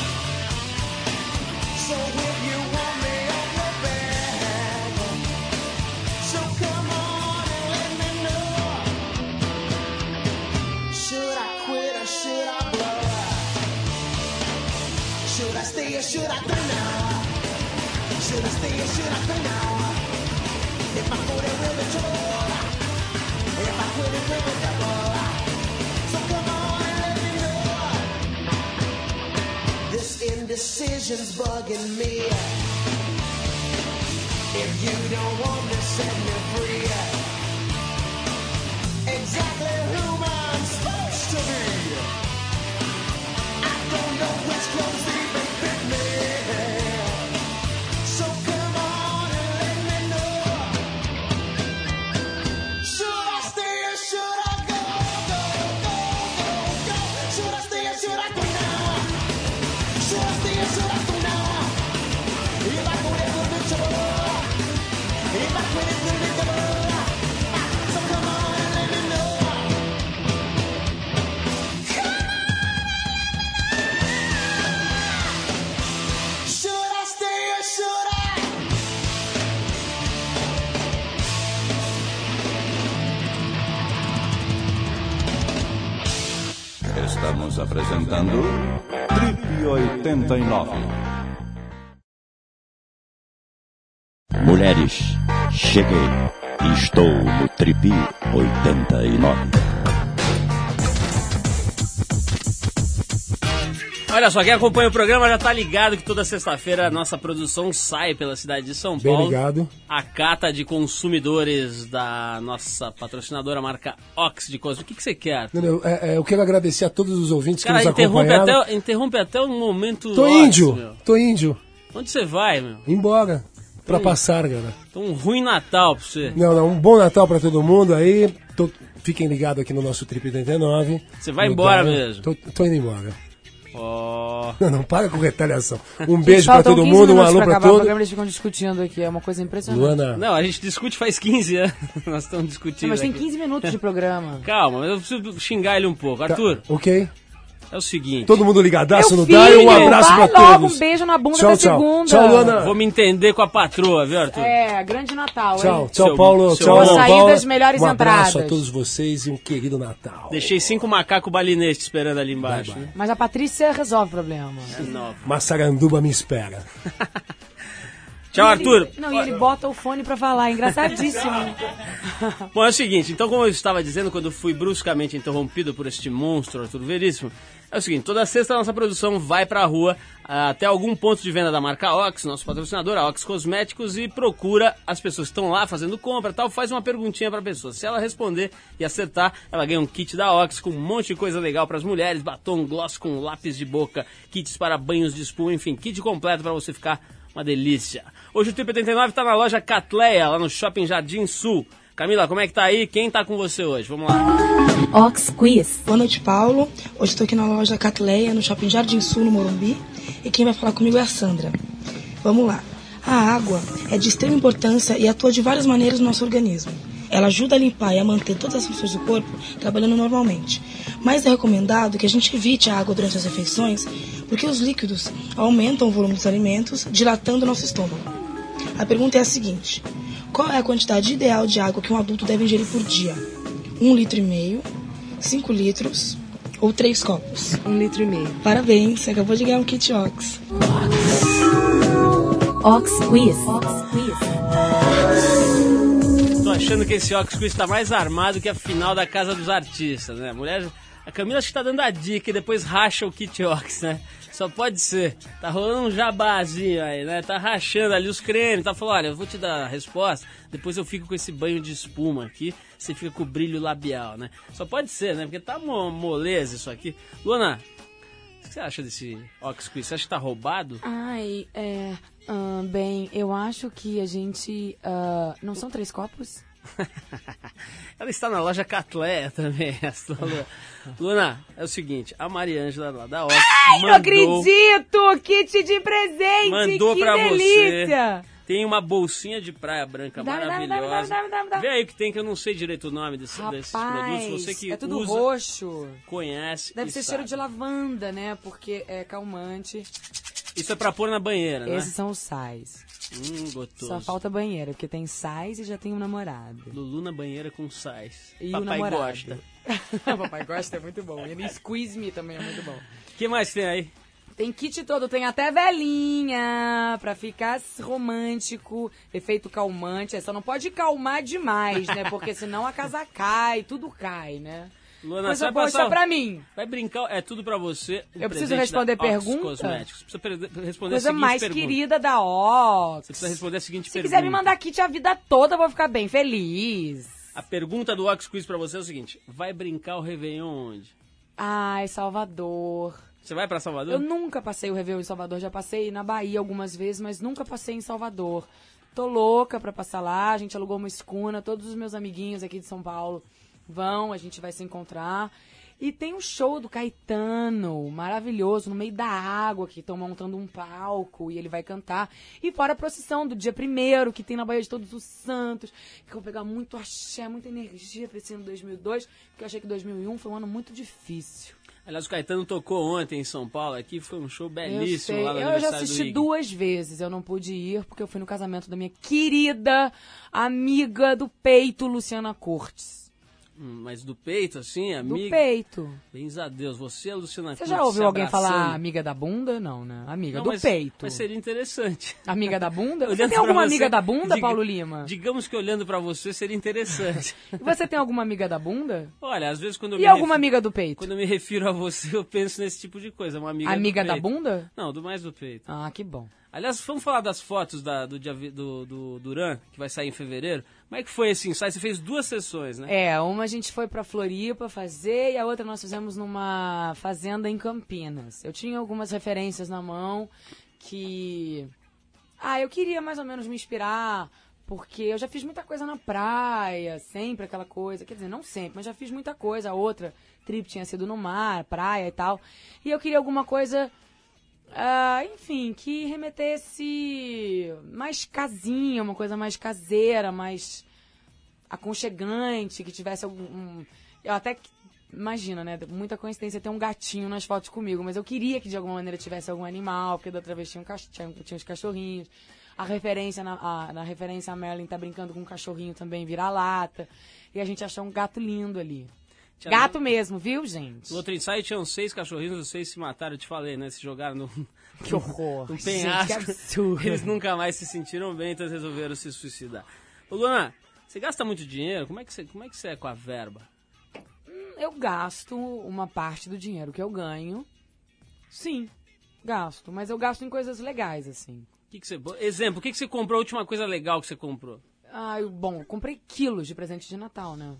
So if you want me on the back, so come on and let me know. Should I quit or should I blow? Should I stay or should I go now? Should I stay or should I go now? If I go there will be trouble. If I quit it will be double. So come on and let me know. This indecision's bugging me. If you don't want to set me free, exactly who I'm supposed to be. I don't know which clothes even fit me. So come on and let me know. Should I stay or should I go? Go, go, go, go. Should I stay or should I go now? Should I stay or should I go now? If I go there will be trouble. If I quit it will be double. So come on and let me know. Come on. Should I stay or should I? Estamos apresentando Trip oitenta e nove. Mulheres, cheguei e estou no Trip oitenta e nove. Olha só, quem acompanha o programa já tá ligado que toda sexta-feira a nossa produção sai pela cidade de São Bem Paulo. ligado. A cata de consumidores da nossa patrocinadora marca Ox de Cosmo. O que, que você quer? Não, não, é, é, eu quero agradecer a todos os ouvintes Cara, que nos interrompe acompanharam. até, interrompe até um momento. Tô ótimo, índio, meu. tô índio. Onde você vai, meu? Embora. Pra Tô passar, cara. Então, um ruim Natal pra você. Não, não, um bom Natal pra todo mundo aí. Tô- fiquem ligados aqui no nosso Trip oitenta e nove. Você vai No embora Dial. mesmo? Tô, tô indo embora. Ó. Não, não, para com retaliação. Um beijo pra Faltam todo quinze mundo, um minutos alô pra pra acabar o todos. programa, eles ficam discutindo aqui, é uma coisa impressionante. Luana, Não, a gente discute faz quinze anos. Nós estamos discutindo. Mas tem aqui. quinze minutos de programa. Calma, mas eu preciso xingar ele um pouco. tá, Arthur, ok? é o seguinte. Todo mundo ligadaço Meu no Dial, um filho, abraço vai pra logo, todos. um beijo na bunda Tchau, até tchau. segunda. Tchau, Luana. Vou me entender com a patroa, viu, Arthur? É, grande Natal, Tchau, hein? tchau, Seu- Paulo. seu Tchau, bom. Ana Açaí Paula. das melhores um abraço entradas. a todos vocês e um querido Natal. Deixei cinco macacos balinestes esperando ali embaixo. Bye, bye. né? Mas a Patrícia resolve o problema. É nova. Massaranduba me espera. Tchau, Arthur. Não, e ele bota o fone pra falar, engraçadíssimo. Bom, é o seguinte, então como eu estava dizendo quando fui bruscamente interrompido por este monstro, Arthur Veríssimo, é o seguinte, toda sexta a nossa produção vai pra rua ah, até algum ponto de venda da marca Ox, nosso patrocinador, a Ox Cosméticos, e procura as pessoas que estão lá fazendo compra e tal, faz uma perguntinha pra pessoa. Se ela responder e acertar, ela ganha um kit da Ox com um monte de coisa legal pras mulheres, batom, gloss com lápis de boca, kits para banhos de espuma, enfim, kit completo pra você ficar uma delícia. Hoje o Trip oitenta e nove tá na loja Catleia, lá no Shopping Jardim Sul. Camila, como é que tá aí? Quem tá com você hoje? Vamos lá. Ox Quiz. Boa noite, Paulo. Hoje estou aqui na loja Catleia, no Shopping Jardim Sul, no Morumbi. E quem vai falar comigo é a Sandra. Vamos lá. A água é de extrema importância e atua de várias maneiras no nosso organismo. ela ajuda a limpar e a manter todas as funções do corpo trabalhando normalmente. Mas é recomendado que a gente evite a água durante as refeições, porque os líquidos aumentam o volume dos alimentos, dilatando o nosso estômago. A pergunta é a seguinte: qual é a quantidade ideal de água que um adulto deve ingerir por dia? Um litro e meio, cinco litros ou três copos? Um litro e meio. Parabéns, você acabou de ganhar um kit Ox. Ox Quiz. Tô achando que esse Ox Quiz tá mais armado que a final da Casa dos Artistas, né? A mulher, a Camila acho que tá dando a dica e depois racha o kit Ox, né? Só pode ser. Tá rolando um jabazinho aí, né? Tá rachando ali os cremes, tá falando, olha, eu vou te dar a resposta, depois eu fico com esse banho de espuma aqui, você fica com o brilho labial, né? Só pode ser, né? Porque tá mo- moleza isso aqui. Luana, o que você acha desse Ox Quiz? Você acha que tá roubado? Ai, é... ah, bem, eu acho que a gente... ah, não são três copos? Ela está na loja Catleia também, essa Luna. Luna, é o seguinte, a Mariângela lá da Ox Ai, mandou, não acredito! Kit de presente! mandou que pra delícia! você. Tem uma bolsinha de praia branca Dá, dá, dá, maravilhosa. dá, dá, dá, dá. Vê aí o que tem, que eu não sei direito o nome desse, desses produtos. Você que é tudo usa, roxo. conhece Deve e ser sabe. cheiro de lavanda, né? Porque é calmante. Isso é pra pôr na banheira, né? Esses são os sais. Hum, gostoso. Só falta banheira, porque tem sais e já tem um namorado. Lulu na banheira com sais. E o Papai namorado. gosta. Papai gosta, é muito bom. E no Squeeze Me também é muito bom. O que mais tem aí? Tem kit todo, tem até velinha pra ficar romântico, efeito calmante. É, só não pode calmar demais, né? Porque senão a casa cai, tudo cai, né? Luana, Coisa você vai boa, passar... isso é pra mim. Vai brincar, é tudo pra você. Um Eu preciso presente responder da Ox pergunta? Cosméticos. Precisa per- responder Coisa a seguinte mais pergunta. querida da Ox. Você precisa responder a seguinte Se pergunta. quiser me mandar kit a vida toda, eu vou ficar bem feliz. A pergunta do Ox Quiz pra você é o seguinte: vai brincar o Réveillon onde? Ai, Salvador. Você vai pra Salvador? Eu nunca passei o Réveillon em Salvador, já passei na Bahia algumas vezes, mas nunca passei em Salvador. Tô louca pra passar lá, a gente alugou uma escuna, todos os meus amiguinhos aqui de São Paulo vão, a gente vai se encontrar. E tem um show do Caetano, maravilhoso, no meio da água, que estão montando um palco e ele vai cantar. E fora a procissão do dia primeiro, que tem na Baía de Todos os Santos, que eu vou pegar muito axé, muita energia pra esse ano dois mil e dois, porque eu achei que dois mil e um foi um ano muito difícil. Aliás, o Caetano tocou ontem em São Paulo aqui, foi um show Eu belíssimo sei, lá no eu já aniversário do assisti Iggy. duas vezes, eu não pude ir, porque eu fui no casamento da minha querida amiga do peito, Luciana Cortes. Hum, mas do peito, assim, amiga? Do peito. Bens a Deus, você e a Luciana Você Cortes já ouviu se alguém abraçando. falar amiga da bunda? Não, né? Amiga Não, do mas, peito. Mas seria interessante. Amiga da bunda? Você Olhando tem alguma pra você, amiga da bunda, diga- Paulo Lima? Digamos que olhando pra você seria interessante. E você tem alguma amiga da bunda? Olha, às vezes quando eu E me alguma refiro- amiga do peito? Quando eu me refiro a você, eu penso nesse tipo de coisa. Uma amiga, Amiga do da peito. bunda? Não, do mais do peito. Ah, que bom. Aliás, vamos falar das fotos da- do, dia vi- do, do Duran, que vai sair em fevereiro. Como é que foi esse ensaio? Você fez duas sessões, né? É, uma a gente foi pra Floripa fazer e a outra nós fizemos numa fazenda em Campinas. Eu tinha algumas referências na mão que... Ah, eu queria mais ou menos me inspirar, porque eu já fiz muita coisa na praia, sempre aquela coisa. Quer dizer, não sempre, mas já fiz muita coisa. A outra trip tinha sido no mar, praia e tal. E eu queria alguma coisa... Ah, enfim, que remetesse mais casinha, uma coisa mais caseira, mais aconchegante, que tivesse algum... um- eu até, que- imagina, né, muita coincidência ter um gatinho nas fotos comigo, mas eu queria que de alguma maneira tivesse algum animal, porque da outra vez tinha, um cach... tinha, tinha os cachorrinhos. A referência, na, a, na referência a Merlin tá brincando com um cachorrinho também, vira-lata. E a gente achou um gato lindo ali. Tinha Gato no- mesmo, viu, gente? No outro ensaio tinham seis cachorrinhos, os seis se mataram, eu te falei, né? Se jogaram no, Que horror. no Gente, penhasco. que absurdo. Eles nunca mais se sentiram bem, então eles resolveram se suicidar. Ô, Luana, você gasta muito dinheiro? Como é que você, como é, que você é com a verba? Eu gasto uma parte do dinheiro que eu ganho. Sim, gasto. Mas eu gasto em coisas legais, assim. O que que você, exemplo, o que, que você comprou? A última coisa legal que você comprou? Ah, eu- bom, eu comprei quilos de presente de Natal, né?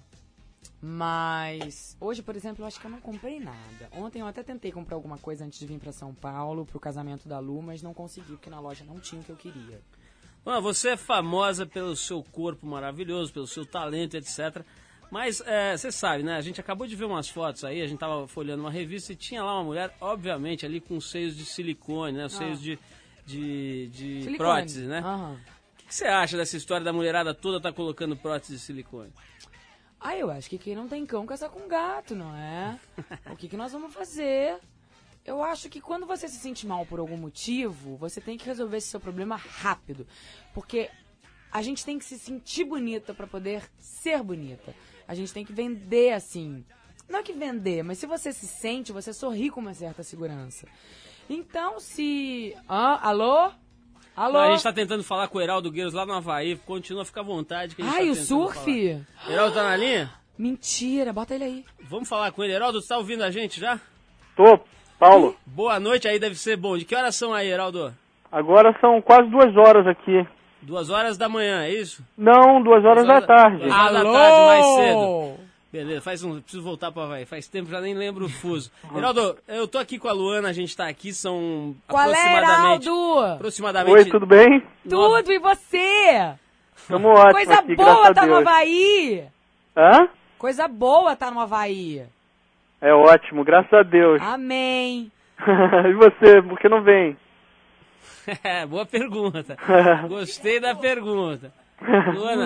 Mas hoje, por exemplo, eu acho que eu não comprei nada. Ontem eu até tentei comprar alguma coisa antes de vir pra São Paulo, pro casamento da Lu, mas não consegui, porque na loja não tinha o que eu queria. Bom, você é famosa pelo seu corpo maravilhoso, pelo seu talento, etcétera. Mas é, você sabe, né? A gente acabou de ver umas fotos aí, a gente tava folheando uma revista e tinha lá uma mulher, obviamente, ali com seios de silicone, né? Os Ah. seios de, de, de Silicone. prótese, né? Aham. O que que você acha dessa história da mulherada toda tá colocando prótese de silicone? Ah, eu acho que quem não tem cão caça com gato, não é? O que, que nós vamos fazer? Eu acho que quando você se sente mal por algum motivo, você tem que resolver esse seu problema rápido. Porque a gente tem que se sentir bonita pra poder ser bonita. A gente tem que vender assim. Não é que vender, mas se você se sente, você sorri com uma certa segurança. Então, se... Ah, alô? Alô? Não, a gente tá tentando falar com o Heraldo Gueiros lá no Havaí. Continua, fica à vontade. Que a gente Ai, tá o tentando surf? falar. Heraldo tá na linha? Mentira, bota ele aí. Vamos falar com ele. Heraldo, você tá ouvindo a gente já? Tô, Paulo. Boa noite, aí deve ser bom. De que horas são aí, Heraldo? Agora são quase duas horas aqui. Duas horas da manhã, é isso? Não, duas horas Duas da tarde. Duas horas da tarde, mais cedo. Beleza, faz um, preciso voltar pra Havaí. Faz tempo, já nem lembro o fuso. Heraldo, eu tô aqui com a Luana, a gente tá aqui, são Qual aproximadamente... é, Heraldo? Aproximadamente... Oi, tudo bem? Tudo, e você? Tamo ótimo Coisa aqui, boa graças a tá no Deus. Havaí. Hã? Coisa boa tá no Havaí. É ótimo, graças a Deus. Amém. E você, por que não vem? É, boa pergunta. Gostei da pergunta. Luana,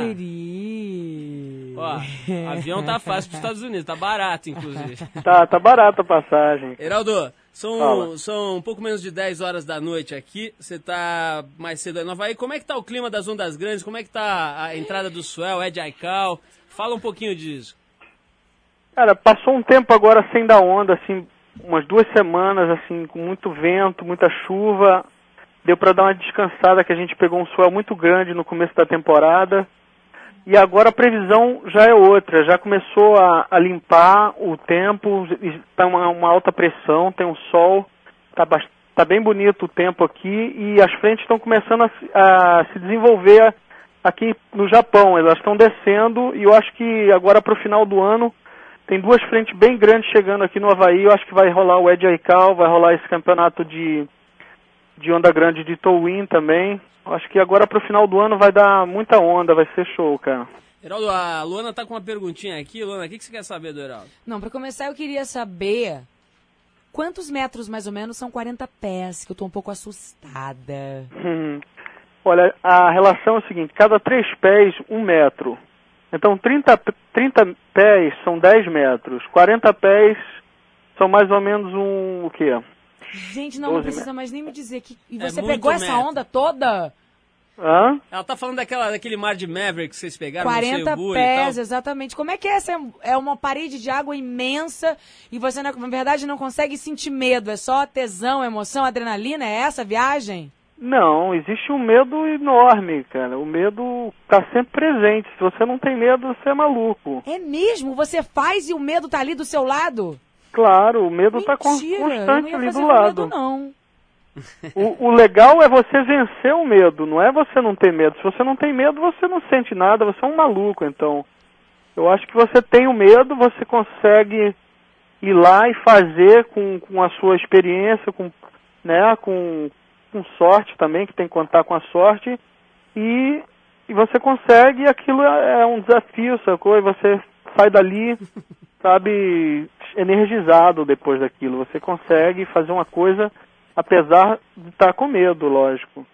ó, avião tá fácil pros Estados Unidos, tá barato, inclusive. Tá, tá barata a passagem. Heraldo, são, Fala. são um pouco menos de dez horas da noite aqui, você tá mais cedo aí no Havaí. Como é que tá o clima das ondas grandes? Como é que tá a entrada do swell, Ed Aikau? Fala um pouquinho disso. Cara, passou um tempo agora sem dar onda, assim, umas duas semanas, assim, com muito vento, muita chuva. Deu pra dar uma descansada, que a gente pegou um swell muito grande no começo da temporada. E agora a previsão já é outra, já começou a, a limpar o tempo, está uma, uma alta pressão, tem um sol, está tá bem bonito o tempo aqui e as frentes estão começando a, a se desenvolver aqui no Japão, elas estão descendo e eu acho que agora para o final do ano tem duas frentes bem grandes chegando aqui no Havaí, eu acho que vai rolar o Ed Aikau, vai rolar esse campeonato de, de onda grande de Towin também. Acho que agora pro final do ano vai dar muita onda, vai ser show, cara. Heraldo, a Luana tá com uma perguntinha aqui. Luana, o que, que você quer saber do Heraldo? Não, pra começar eu queria saber quantos metros mais ou menos são quarenta pés, que eu tô um pouco assustada. Hum. Olha, a relação é o seguinte, cada três pés, um metro. Então trinta, trinta pés são dez metros, quarenta pés são mais ou menos um, o quê? Gente, não, não precisa mais nem me dizer que... E você É pegou muito essa metro. onda toda? Hã? Ela tá falando daquela, daquele mar de Maverick que vocês pegaram quarenta no Seibu e pés, tal. exatamente. Como é que é essa? É uma parede de água imensa e você, na verdade, não consegue sentir medo. É só tesão, emoção, adrenalina? É essa a viagem? Não, existe um medo enorme, cara. O medo tá sempre presente. Se você não tem medo, você é maluco. É mesmo? Você faz e o medo tá ali do seu lado? Claro, o medo tá con- Mentira, eu não constante ia ali fazer do com lado. medo, não. O, o legal é você vencer o medo, não é você não ter medo. Se você não tem medo, você não sente nada, você é um maluco. Então, eu acho que você tem o medo, você consegue ir lá e fazer com, com a sua experiência, com, né, com, com sorte também, que tem que contar com a sorte, e, e você consegue, e aquilo é, é um desafio, sacou? E você sai dali, sabe, energizado depois daquilo. Você consegue fazer uma coisa... Apesar de estar com medo, lógico.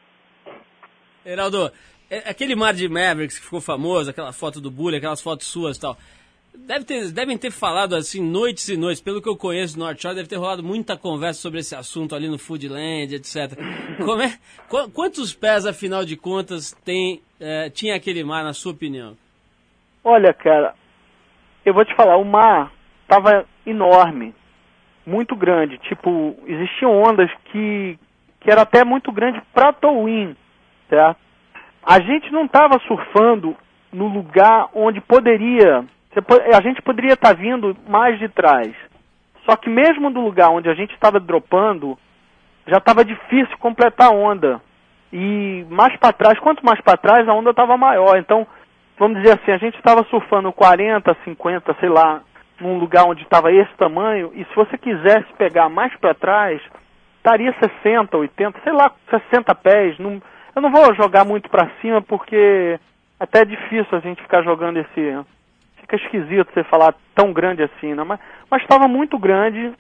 Heraldo, é- aquele mar de Mavericks que ficou famoso, aquela foto do Bully, aquelas fotos suas e tal, deve ter, devem ter falado assim noites e noites, pelo que eu conheço do North Shore, deve ter rolado muita conversa sobre esse assunto ali no Foodland, etcétera. Como é, qu- quantos pés, afinal de contas, tem, é, tinha aquele mar, na sua opinião? Olha, cara, eu vou te falar, o mar estava enorme, muito grande. Tipo, existiam ondas que, que era até muito grande para Towin, certo? A gente não estava surfando no lugar onde poderia... Você po- a gente poderia estar vindo mais de trás. Só que mesmo do lugar onde a gente estava dropando, já estava difícil completar a onda. E mais para trás, quanto mais para trás, a onda estava maior. Então, vamos dizer assim, a gente estava surfando quarenta, cinquenta, sei lá, num lugar onde estava esse tamanho, e se você quisesse pegar mais para trás, estaria sessenta, oitenta, sei lá, sessenta pés. Não, eu não vou jogar muito para cima, porque até é difícil a gente ficar jogando esse... Fica esquisito você falar tão grande assim, né? Mas estava muito grande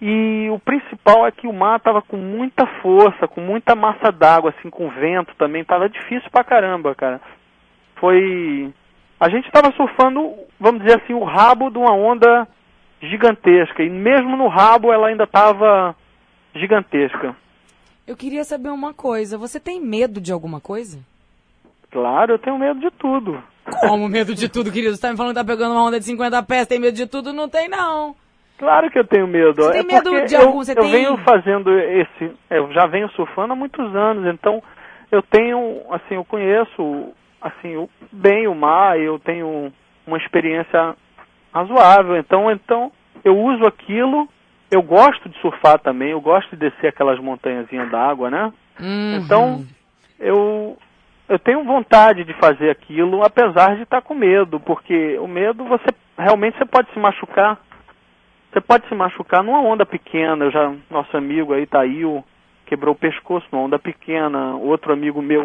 E o principal é que o mar tava com muita força, com muita massa d'água, assim, com vento também. Tava difícil pra caramba, cara. Foi... A gente tava surfando, vamos dizer assim, o rabo de uma onda gigantesca. E mesmo no rabo ela ainda tava gigantesca. Eu queria saber uma coisa. Você tem medo de alguma coisa? Claro, eu tenho medo de tudo. Como medo de tudo, querido? Você tá me falando que tá pegando uma onda de cinquenta pés, tem medo de tudo? Não tem, não. Claro que eu tenho medo. Você tem é medo de eu, algum? Você eu tem... venho fazendo esse... Eu já venho surfando há muitos anos, então eu tenho, assim, eu conheço, assim, o- bem o mar, eu tenho uma experiência razoável, então, então eu uso aquilo, eu gosto de surfar também, eu gosto de descer aquelas montanhazinhas d'água, né? Uhum. Então, eu, eu tenho vontade de fazer aquilo, apesar de estar com medo, porque o medo, você realmente você pode se machucar. Você pode se machucar numa onda pequena. Eu já, nosso amigo aí, Tail, quebrou o pescoço numa onda pequena. Outro amigo meu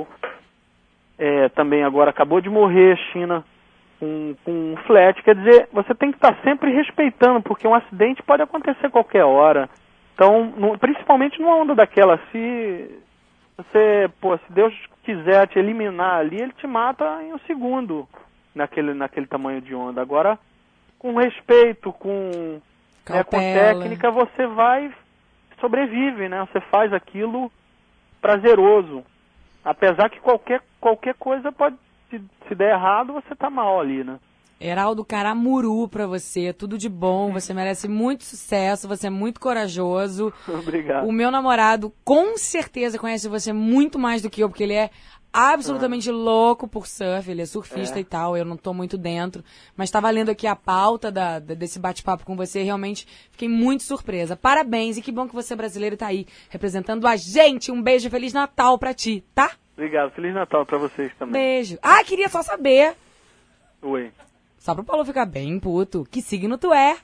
é, também agora acabou de morrer, China, com, com um flat. Quer dizer, você tem que estar sempre respeitando, porque um acidente pode acontecer qualquer hora. Então, no- principalmente numa onda daquela, se você, pô, se Deus quiser te eliminar ali, ele te mata em um segundo naquele, naquele tamanho de onda. Agora, com respeito, com, né, com Cautela. técnica, você vai, sobrevive, né? Você faz aquilo prazeroso. Apesar que qualquer, qualquer coisa pode, se, se der errado, você tá mal ali, né? Heraldo Caramuru pra você, tudo de bom, você merece muito sucesso, você é muito corajoso. Obrigado. O meu namorado com certeza conhece você muito mais do que eu, porque ele é absolutamente louco por surf, ele é surfista É. e tal, eu não tô muito dentro, mas tava lendo aqui a pauta da, da- desse bate-papo com você e realmente fiquei muito surpresa. Parabéns e que bom que você é brasileiro e tá aí representando a gente. Um beijo, Feliz Natal pra ti, tá? Obrigado. Feliz Natal pra vocês também. Beijo. Ah, queria só saber, Oi. só pro Paulo ficar bem puto, que signo tu é?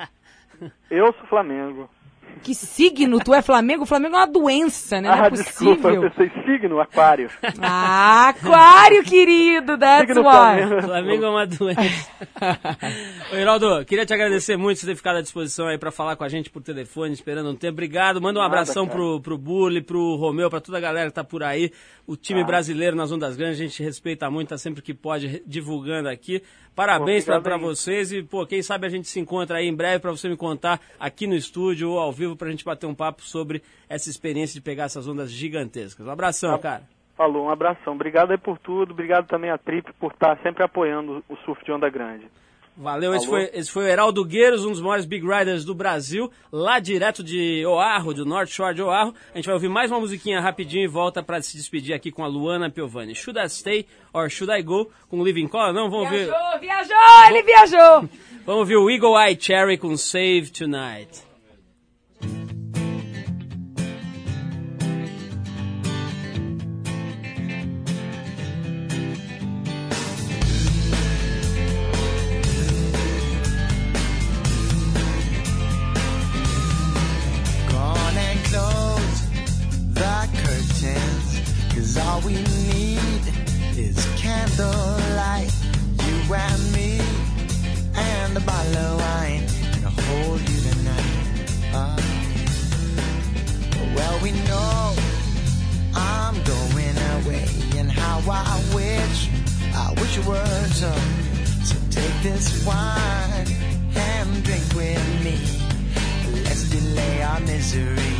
Eu sou Flamengo. Que signo? Tu é Flamengo? O Flamengo é uma doença, né? Não ah, é desculpa, eu possível. pensei signo, aquário. Ah, aquário, querido, that's Signo why. Flamengo. Flamengo é uma doença. Ô, Heraldo, queria te agradecer muito por você ter ficado à disposição aí pra falar com a gente por telefone, esperando um tempo. Obrigado. Manda um Nada, abração cara. pro, pro Burle, pro Romeu, pra toda a galera que tá por aí. O time Ah. brasileiro nas Ondas Grandes, a gente respeita muito, tá sempre que pode re- divulgando aqui. Parabéns Pô, pra, obrigado pra aí. vocês e, pô, quem sabe a gente se encontra aí em breve pra você me contar aqui no estúdio ou ao vivo pra gente bater um papo sobre essa experiência de pegar essas ondas gigantescas. Um abração, Tá. cara. Falou, um abração. Obrigado aí por tudo. Obrigado também a Trip por estar sempre apoiando o surf de onda grande. Valeu, esse Falou. foi, esse foi o Heraldo Gueiros, um dos maiores big riders do Brasil, lá direto de Oahu, do North Shore de Oahu. A gente vai ouvir mais uma musiquinha rapidinho e volta pra se despedir aqui com a Luana Piovani. Should I Stay or Should I Go? Com o Living Color? Não, vamos ver. Viajou, viajou, ele viajou. Vamos ver o Eagle Eye Cherry com Save Tonight. Go on and close the curtains, 'cause all we need is candlelight. You and me, and a bottle of wine, and I'll hold you tonight. Ah. Well, we know I'm going away, and how I wish, I wish it were so. So take this wine and drink with me. Let's delay our misery.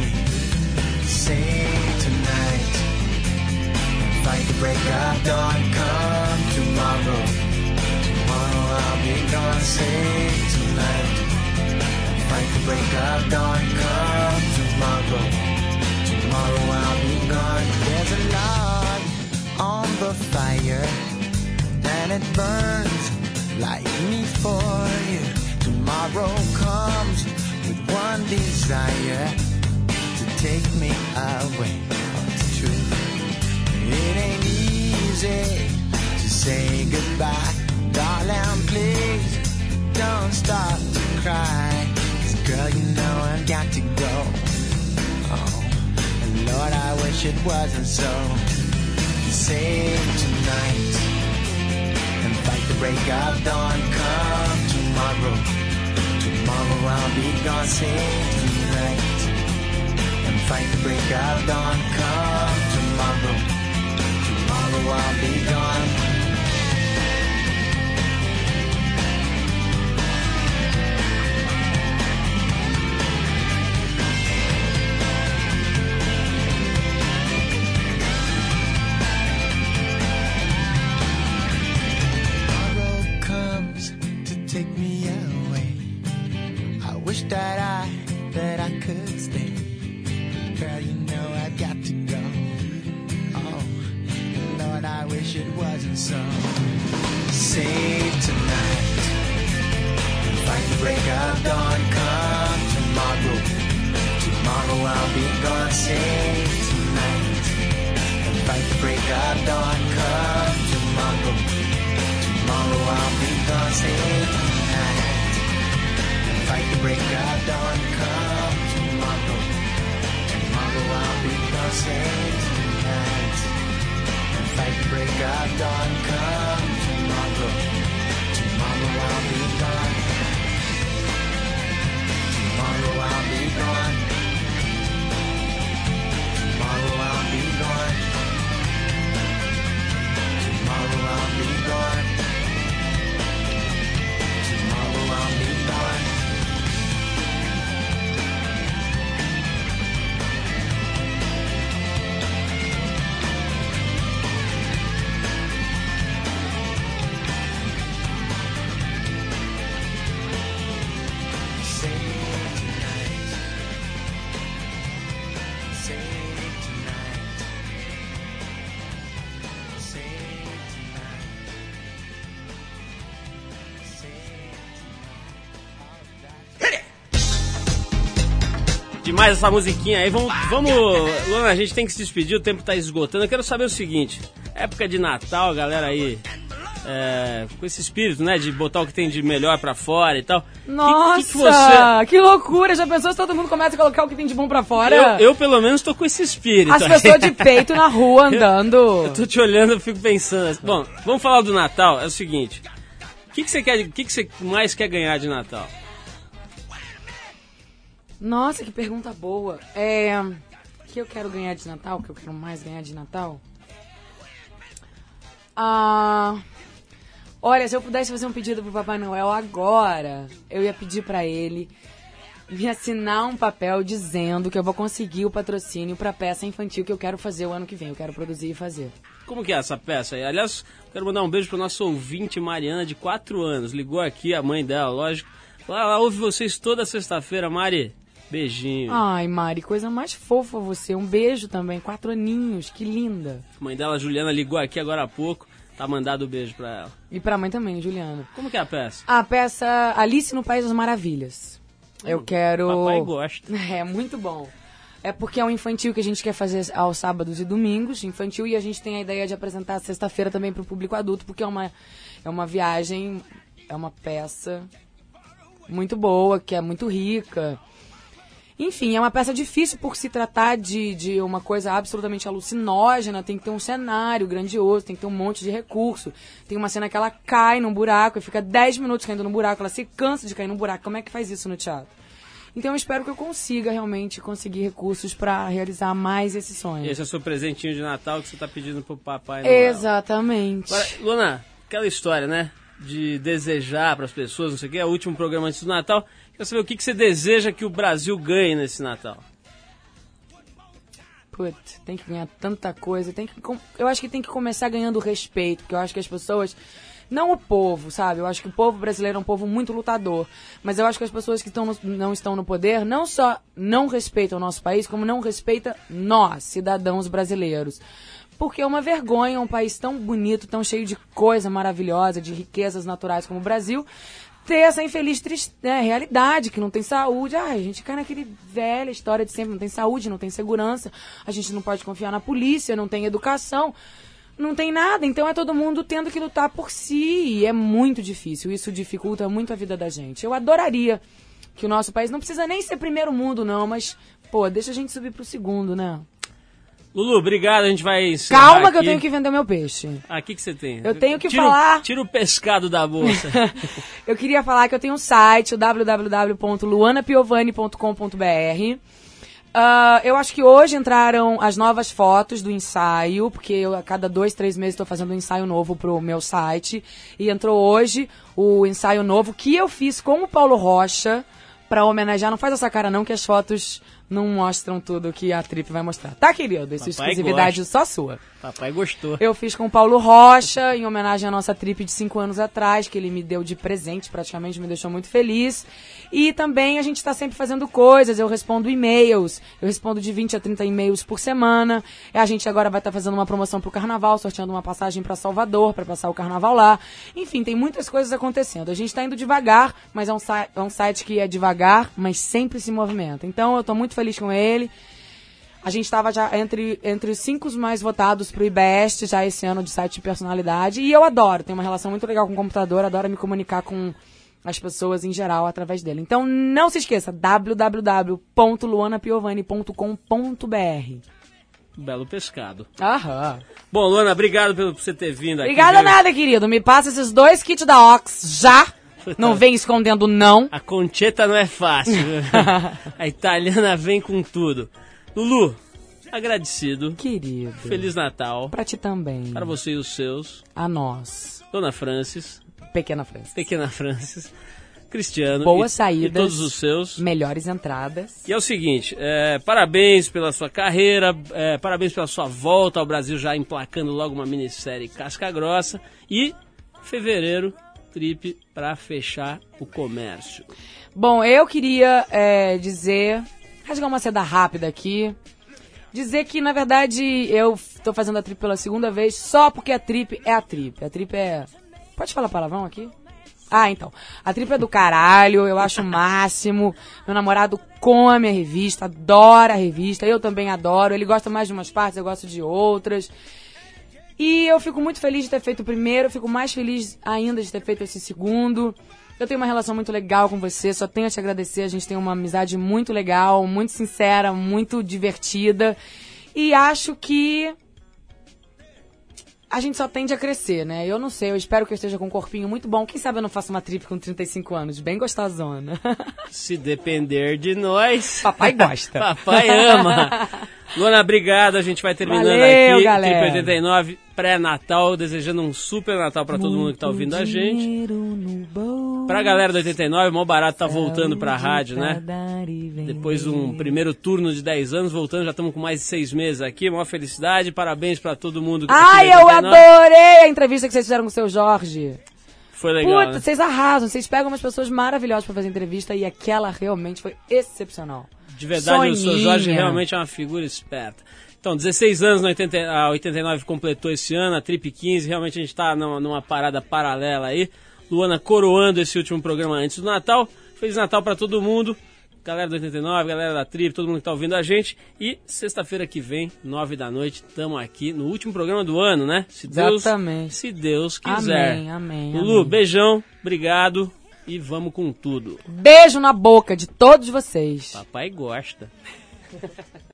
Save tonight, fight the break of dawn. Come tomorrow, tomorrow I'll be gone. Save tonight, fight the break of dawn. Come tomorrow, tomorrow I'll be gone. There's a log on the fire, and it burns like me for you. Tomorrow comes with one desire, to take me away. Oh, it's true. It ain't easy to say goodbye. Darling, please don't stop to cry. 'Cause girl, you know I've got to go. Oh, and Lord, I wish it wasn't so. Save tonight and fight the break of dawn. Come tomorrow, tomorrow I'll be gone. Save tonight. tonight and fight the break of dawn. Come tomorrow, tomorrow I'll be gone. Take me away. I wish that I, that I could stay. Girl, you know I got to go. Oh, Lord, I wish it wasn't so. Save tonight, fight the break of dawn. Come tomorrow, tomorrow I'll be gone. Save tonight, fight the break of dawn. Come tomorrow, tomorrow I'll be gone. Save tonight, fight the break of dawn. Come tomorrow, tomorrow I'll be gone. Save tonight, fight the break of dawn. Come tomorrow, tomorrow I'll be gone. Tomorrow I'll be gone. Tomorrow I'll be gone. Tomorrow I'll be gone. Tomorrow I'll be gone. Demais essa musiquinha aí, vamos, vamos, Luana, a gente tem que se despedir, o tempo tá esgotando. Eu quero saber o seguinte, época de Natal, galera aí, é, com esse espírito, né, de botar o que tem de melhor pra fora e tal. Nossa, que, que, que, você... que loucura, já pensou se todo mundo começa a colocar o que tem de bom pra fora? Eu, eu pelo menos tô com esse espírito. As pessoas de peito na rua andando. Eu, eu tô te olhando, eu fico pensando, bom, vamos falar do Natal, é o seguinte, o que, que você quer, o que, que você mais quer ganhar de Natal? Nossa, que pergunta boa. É, o que eu quero ganhar de Natal? O que eu quero mais ganhar de Natal? Ah, olha, se eu pudesse fazer um pedido pro Papai Noel agora, eu ia pedir pra ele me assinar um papel dizendo que eu vou conseguir o patrocínio pra peça infantil que eu quero fazer o ano que vem. Eu quero produzir e fazer. Como que é essa peça aí? Aliás, quero mandar um beijo pro nosso ouvinte Mariana, de quatro anos. Ligou aqui, a mãe dela, lógico. Lá, lá ouve vocês toda sexta-feira, Mari. Beijinho. Ai, Mari, coisa mais fofa você. Um beijo também, quatro aninhos, que linda. A mãe dela, Juliana, ligou aqui agora há pouco. Tá mandado um beijo pra ela. E pra mãe também, Juliana. Como que é a peça? A peça Alice no País das Maravilhas. Hum, eu quero... Papai gosta. É, muito bom. É porque é um infantil que a gente quer fazer aos sábados e domingos, infantil, e a gente tem a ideia de apresentar sexta-feira também pro público adulto, porque é uma, é uma viagem, é uma peça muito boa, que é muito rica. Enfim, é uma peça difícil por se tratar de, de uma coisa absolutamente alucinógena, tem que ter um cenário grandioso, tem que ter um monte de recurso. Tem uma cena que ela cai num buraco e fica dez minutos caindo no buraco, ela se cansa de cair num buraco. Como é que faz isso no teatro? Então eu espero que eu consiga realmente conseguir recursos para realizar mais esse sonho. Esse é o seu presentinho de Natal que você está pedindo pro Papai Noel. Exatamente. Agora, Luana, aquela história, né? De desejar para as pessoas, não sei o que, é o último programa antes do Natal. Quero saber o que, que você deseja que o Brasil ganhe nesse Natal. Putz, tem que ganhar tanta coisa. Tem que, eu acho que tem que começar ganhando respeito, porque eu acho que as pessoas... Não o povo, sabe? Eu acho que o povo brasileiro é um povo muito lutador. Mas eu acho que as pessoas que estão no, não estão no poder não só não respeitam o nosso país, como não respeitam nós, cidadãos brasileiros. Porque é uma vergonha um país tão bonito, tão cheio de coisa maravilhosa, de riquezas naturais como o Brasil, ter essa infeliz triste, né, realidade, que não tem saúde. Ah, a gente cai naquele velha história de sempre, não tem saúde, não tem segurança, a gente não pode confiar na polícia, não tem educação, não tem nada. Então é todo mundo tendo que lutar por si, e é muito difícil, isso dificulta muito a vida da gente. Eu adoraria que o nosso país não precisa nem ser primeiro mundo, não, mas, pô, deixa a gente subir pro segundo, né? Lulu, obrigado, a gente vai encerrar Calma aqui. que eu tenho que vender meu peixe. Aqui que você tem. Eu tenho que tira falar... O, tira o pescado da bolsa. Eu queria falar que eu tenho um site, o w w w ponto luana piovani ponto com ponto b r. Uh, eu acho que hoje entraram as novas fotos do ensaio, porque eu a cada dois, três meses estou fazendo um ensaio novo pro meu site. E entrou hoje o ensaio novo que eu fiz com o Paulo Rocha para homenagear. Não faz essa cara não, que as fotos não mostram tudo que a Trip vai mostrar. Tá, querido? Isso é exclusividade só sua. Papai gostou. Eu fiz com o Paulo Rocha, em homenagem à nossa trip de cinco anos atrás, que ele me deu de presente, praticamente me deixou muito feliz. E também a gente está sempre fazendo coisas, eu respondo e-mails, eu respondo de vinte a trinta e-mails por semana. A gente agora vai estar tá fazendo uma promoção pro Carnaval, sorteando uma passagem para Salvador, para passar o Carnaval lá. Enfim, tem muitas coisas acontecendo. A gente está indo devagar, mas é um, é um site que é devagar, mas sempre se movimenta. Então eu estou muito feliz com ele. A gente estava já entre, entre os cinco mais votados pro I B E S T já esse ano de site de personalidade. E eu adoro, tenho uma relação muito legal com o computador, adoro me comunicar com as pessoas em geral através dele. Então não se esqueça, w w w ponto luana piovani ponto com ponto b r. Belo pescado. Aham. Bom, Luana, obrigado por você ter vindo aqui. Obrigada nada, querido. Me passa esses dois kits da Ox já. Não vem escondendo, não. A Concheta não é fácil. A italiana vem com tudo. Lulu, agradecido. Querido. Feliz Natal. Pra ti também. Para você e os seus. A nós. Dona Francis. Pequena Francis. Pequena Francis. Cristiano. Boas e, saídas. E todos os seus. Melhores entradas. E é o seguinte, é, parabéns pela sua carreira, é, parabéns pela sua volta ao Brasil, já emplacando logo uma minissérie Casca Grossa. E fevereiro, trip para fechar o comércio. Bom, eu queria é, dizer... rasgar uma seda rápida aqui. Dizer que, na verdade, eu tô fazendo a trip pela segunda vez só porque a trip é a trip. A trip é... Pode falar palavrão aqui? Ah, então. A trip é do caralho, eu acho o máximo. Meu namorado come a revista, adora a revista. Eu também adoro. Ele gosta mais de umas partes, eu gosto de outras. E eu fico muito feliz de ter feito o primeiro. Eu fico mais feliz ainda de ter feito esse segundo. Eu tenho uma relação muito legal com você, só tenho a te agradecer. A gente tem uma amizade muito legal, muito sincera, muito divertida. E acho que a gente só tende a crescer, né? Eu não sei, eu espero que eu esteja com um corpinho muito bom. Quem sabe eu não faço uma trip com trinta e cinco anos, bem gostosona. Se depender de nós... Papai gosta. Papai ama. Luana, obrigado. A gente vai terminando Valeu, aqui. Galera. Trip oitenta e nove, pré-natal. Desejando um super Natal pra todo mundo que tá ouvindo a gente. Pra galera do oitenta e nove, o Mó Barato tá voltando pra rádio, né? Depois de um primeiro turno de dez anos, voltando, já estamos com mais de seis meses aqui. Maior felicidade, parabéns pra todo mundo que tá Ai, eu adorei a entrevista que vocês fizeram com o seu Jorge. Foi legal, Puta, né? vocês arrasam, vocês pegam umas pessoas maravilhosas pra fazer entrevista e aquela realmente foi excepcional. De verdade, Soninha. o seu Jorge realmente é uma figura esperta. Então, dezesseis anos, no oitenta, a oitenta e nove completou esse ano, a Trip quinze, realmente a gente tá numa, numa parada paralela aí. Luana coroando esse último programa antes do Natal. Feliz Natal pra todo mundo. Galera do oitenta e nove, galera da Trip, todo mundo que tá ouvindo a gente. E sexta-feira que vem, nove da noite, tamo aqui no último programa do ano, né? Se Deus, Exatamente. Se Deus quiser. Amém, amém, Lulu, amém. beijão, obrigado e vamos com tudo. Beijo na boca de todos vocês. Papai gosta.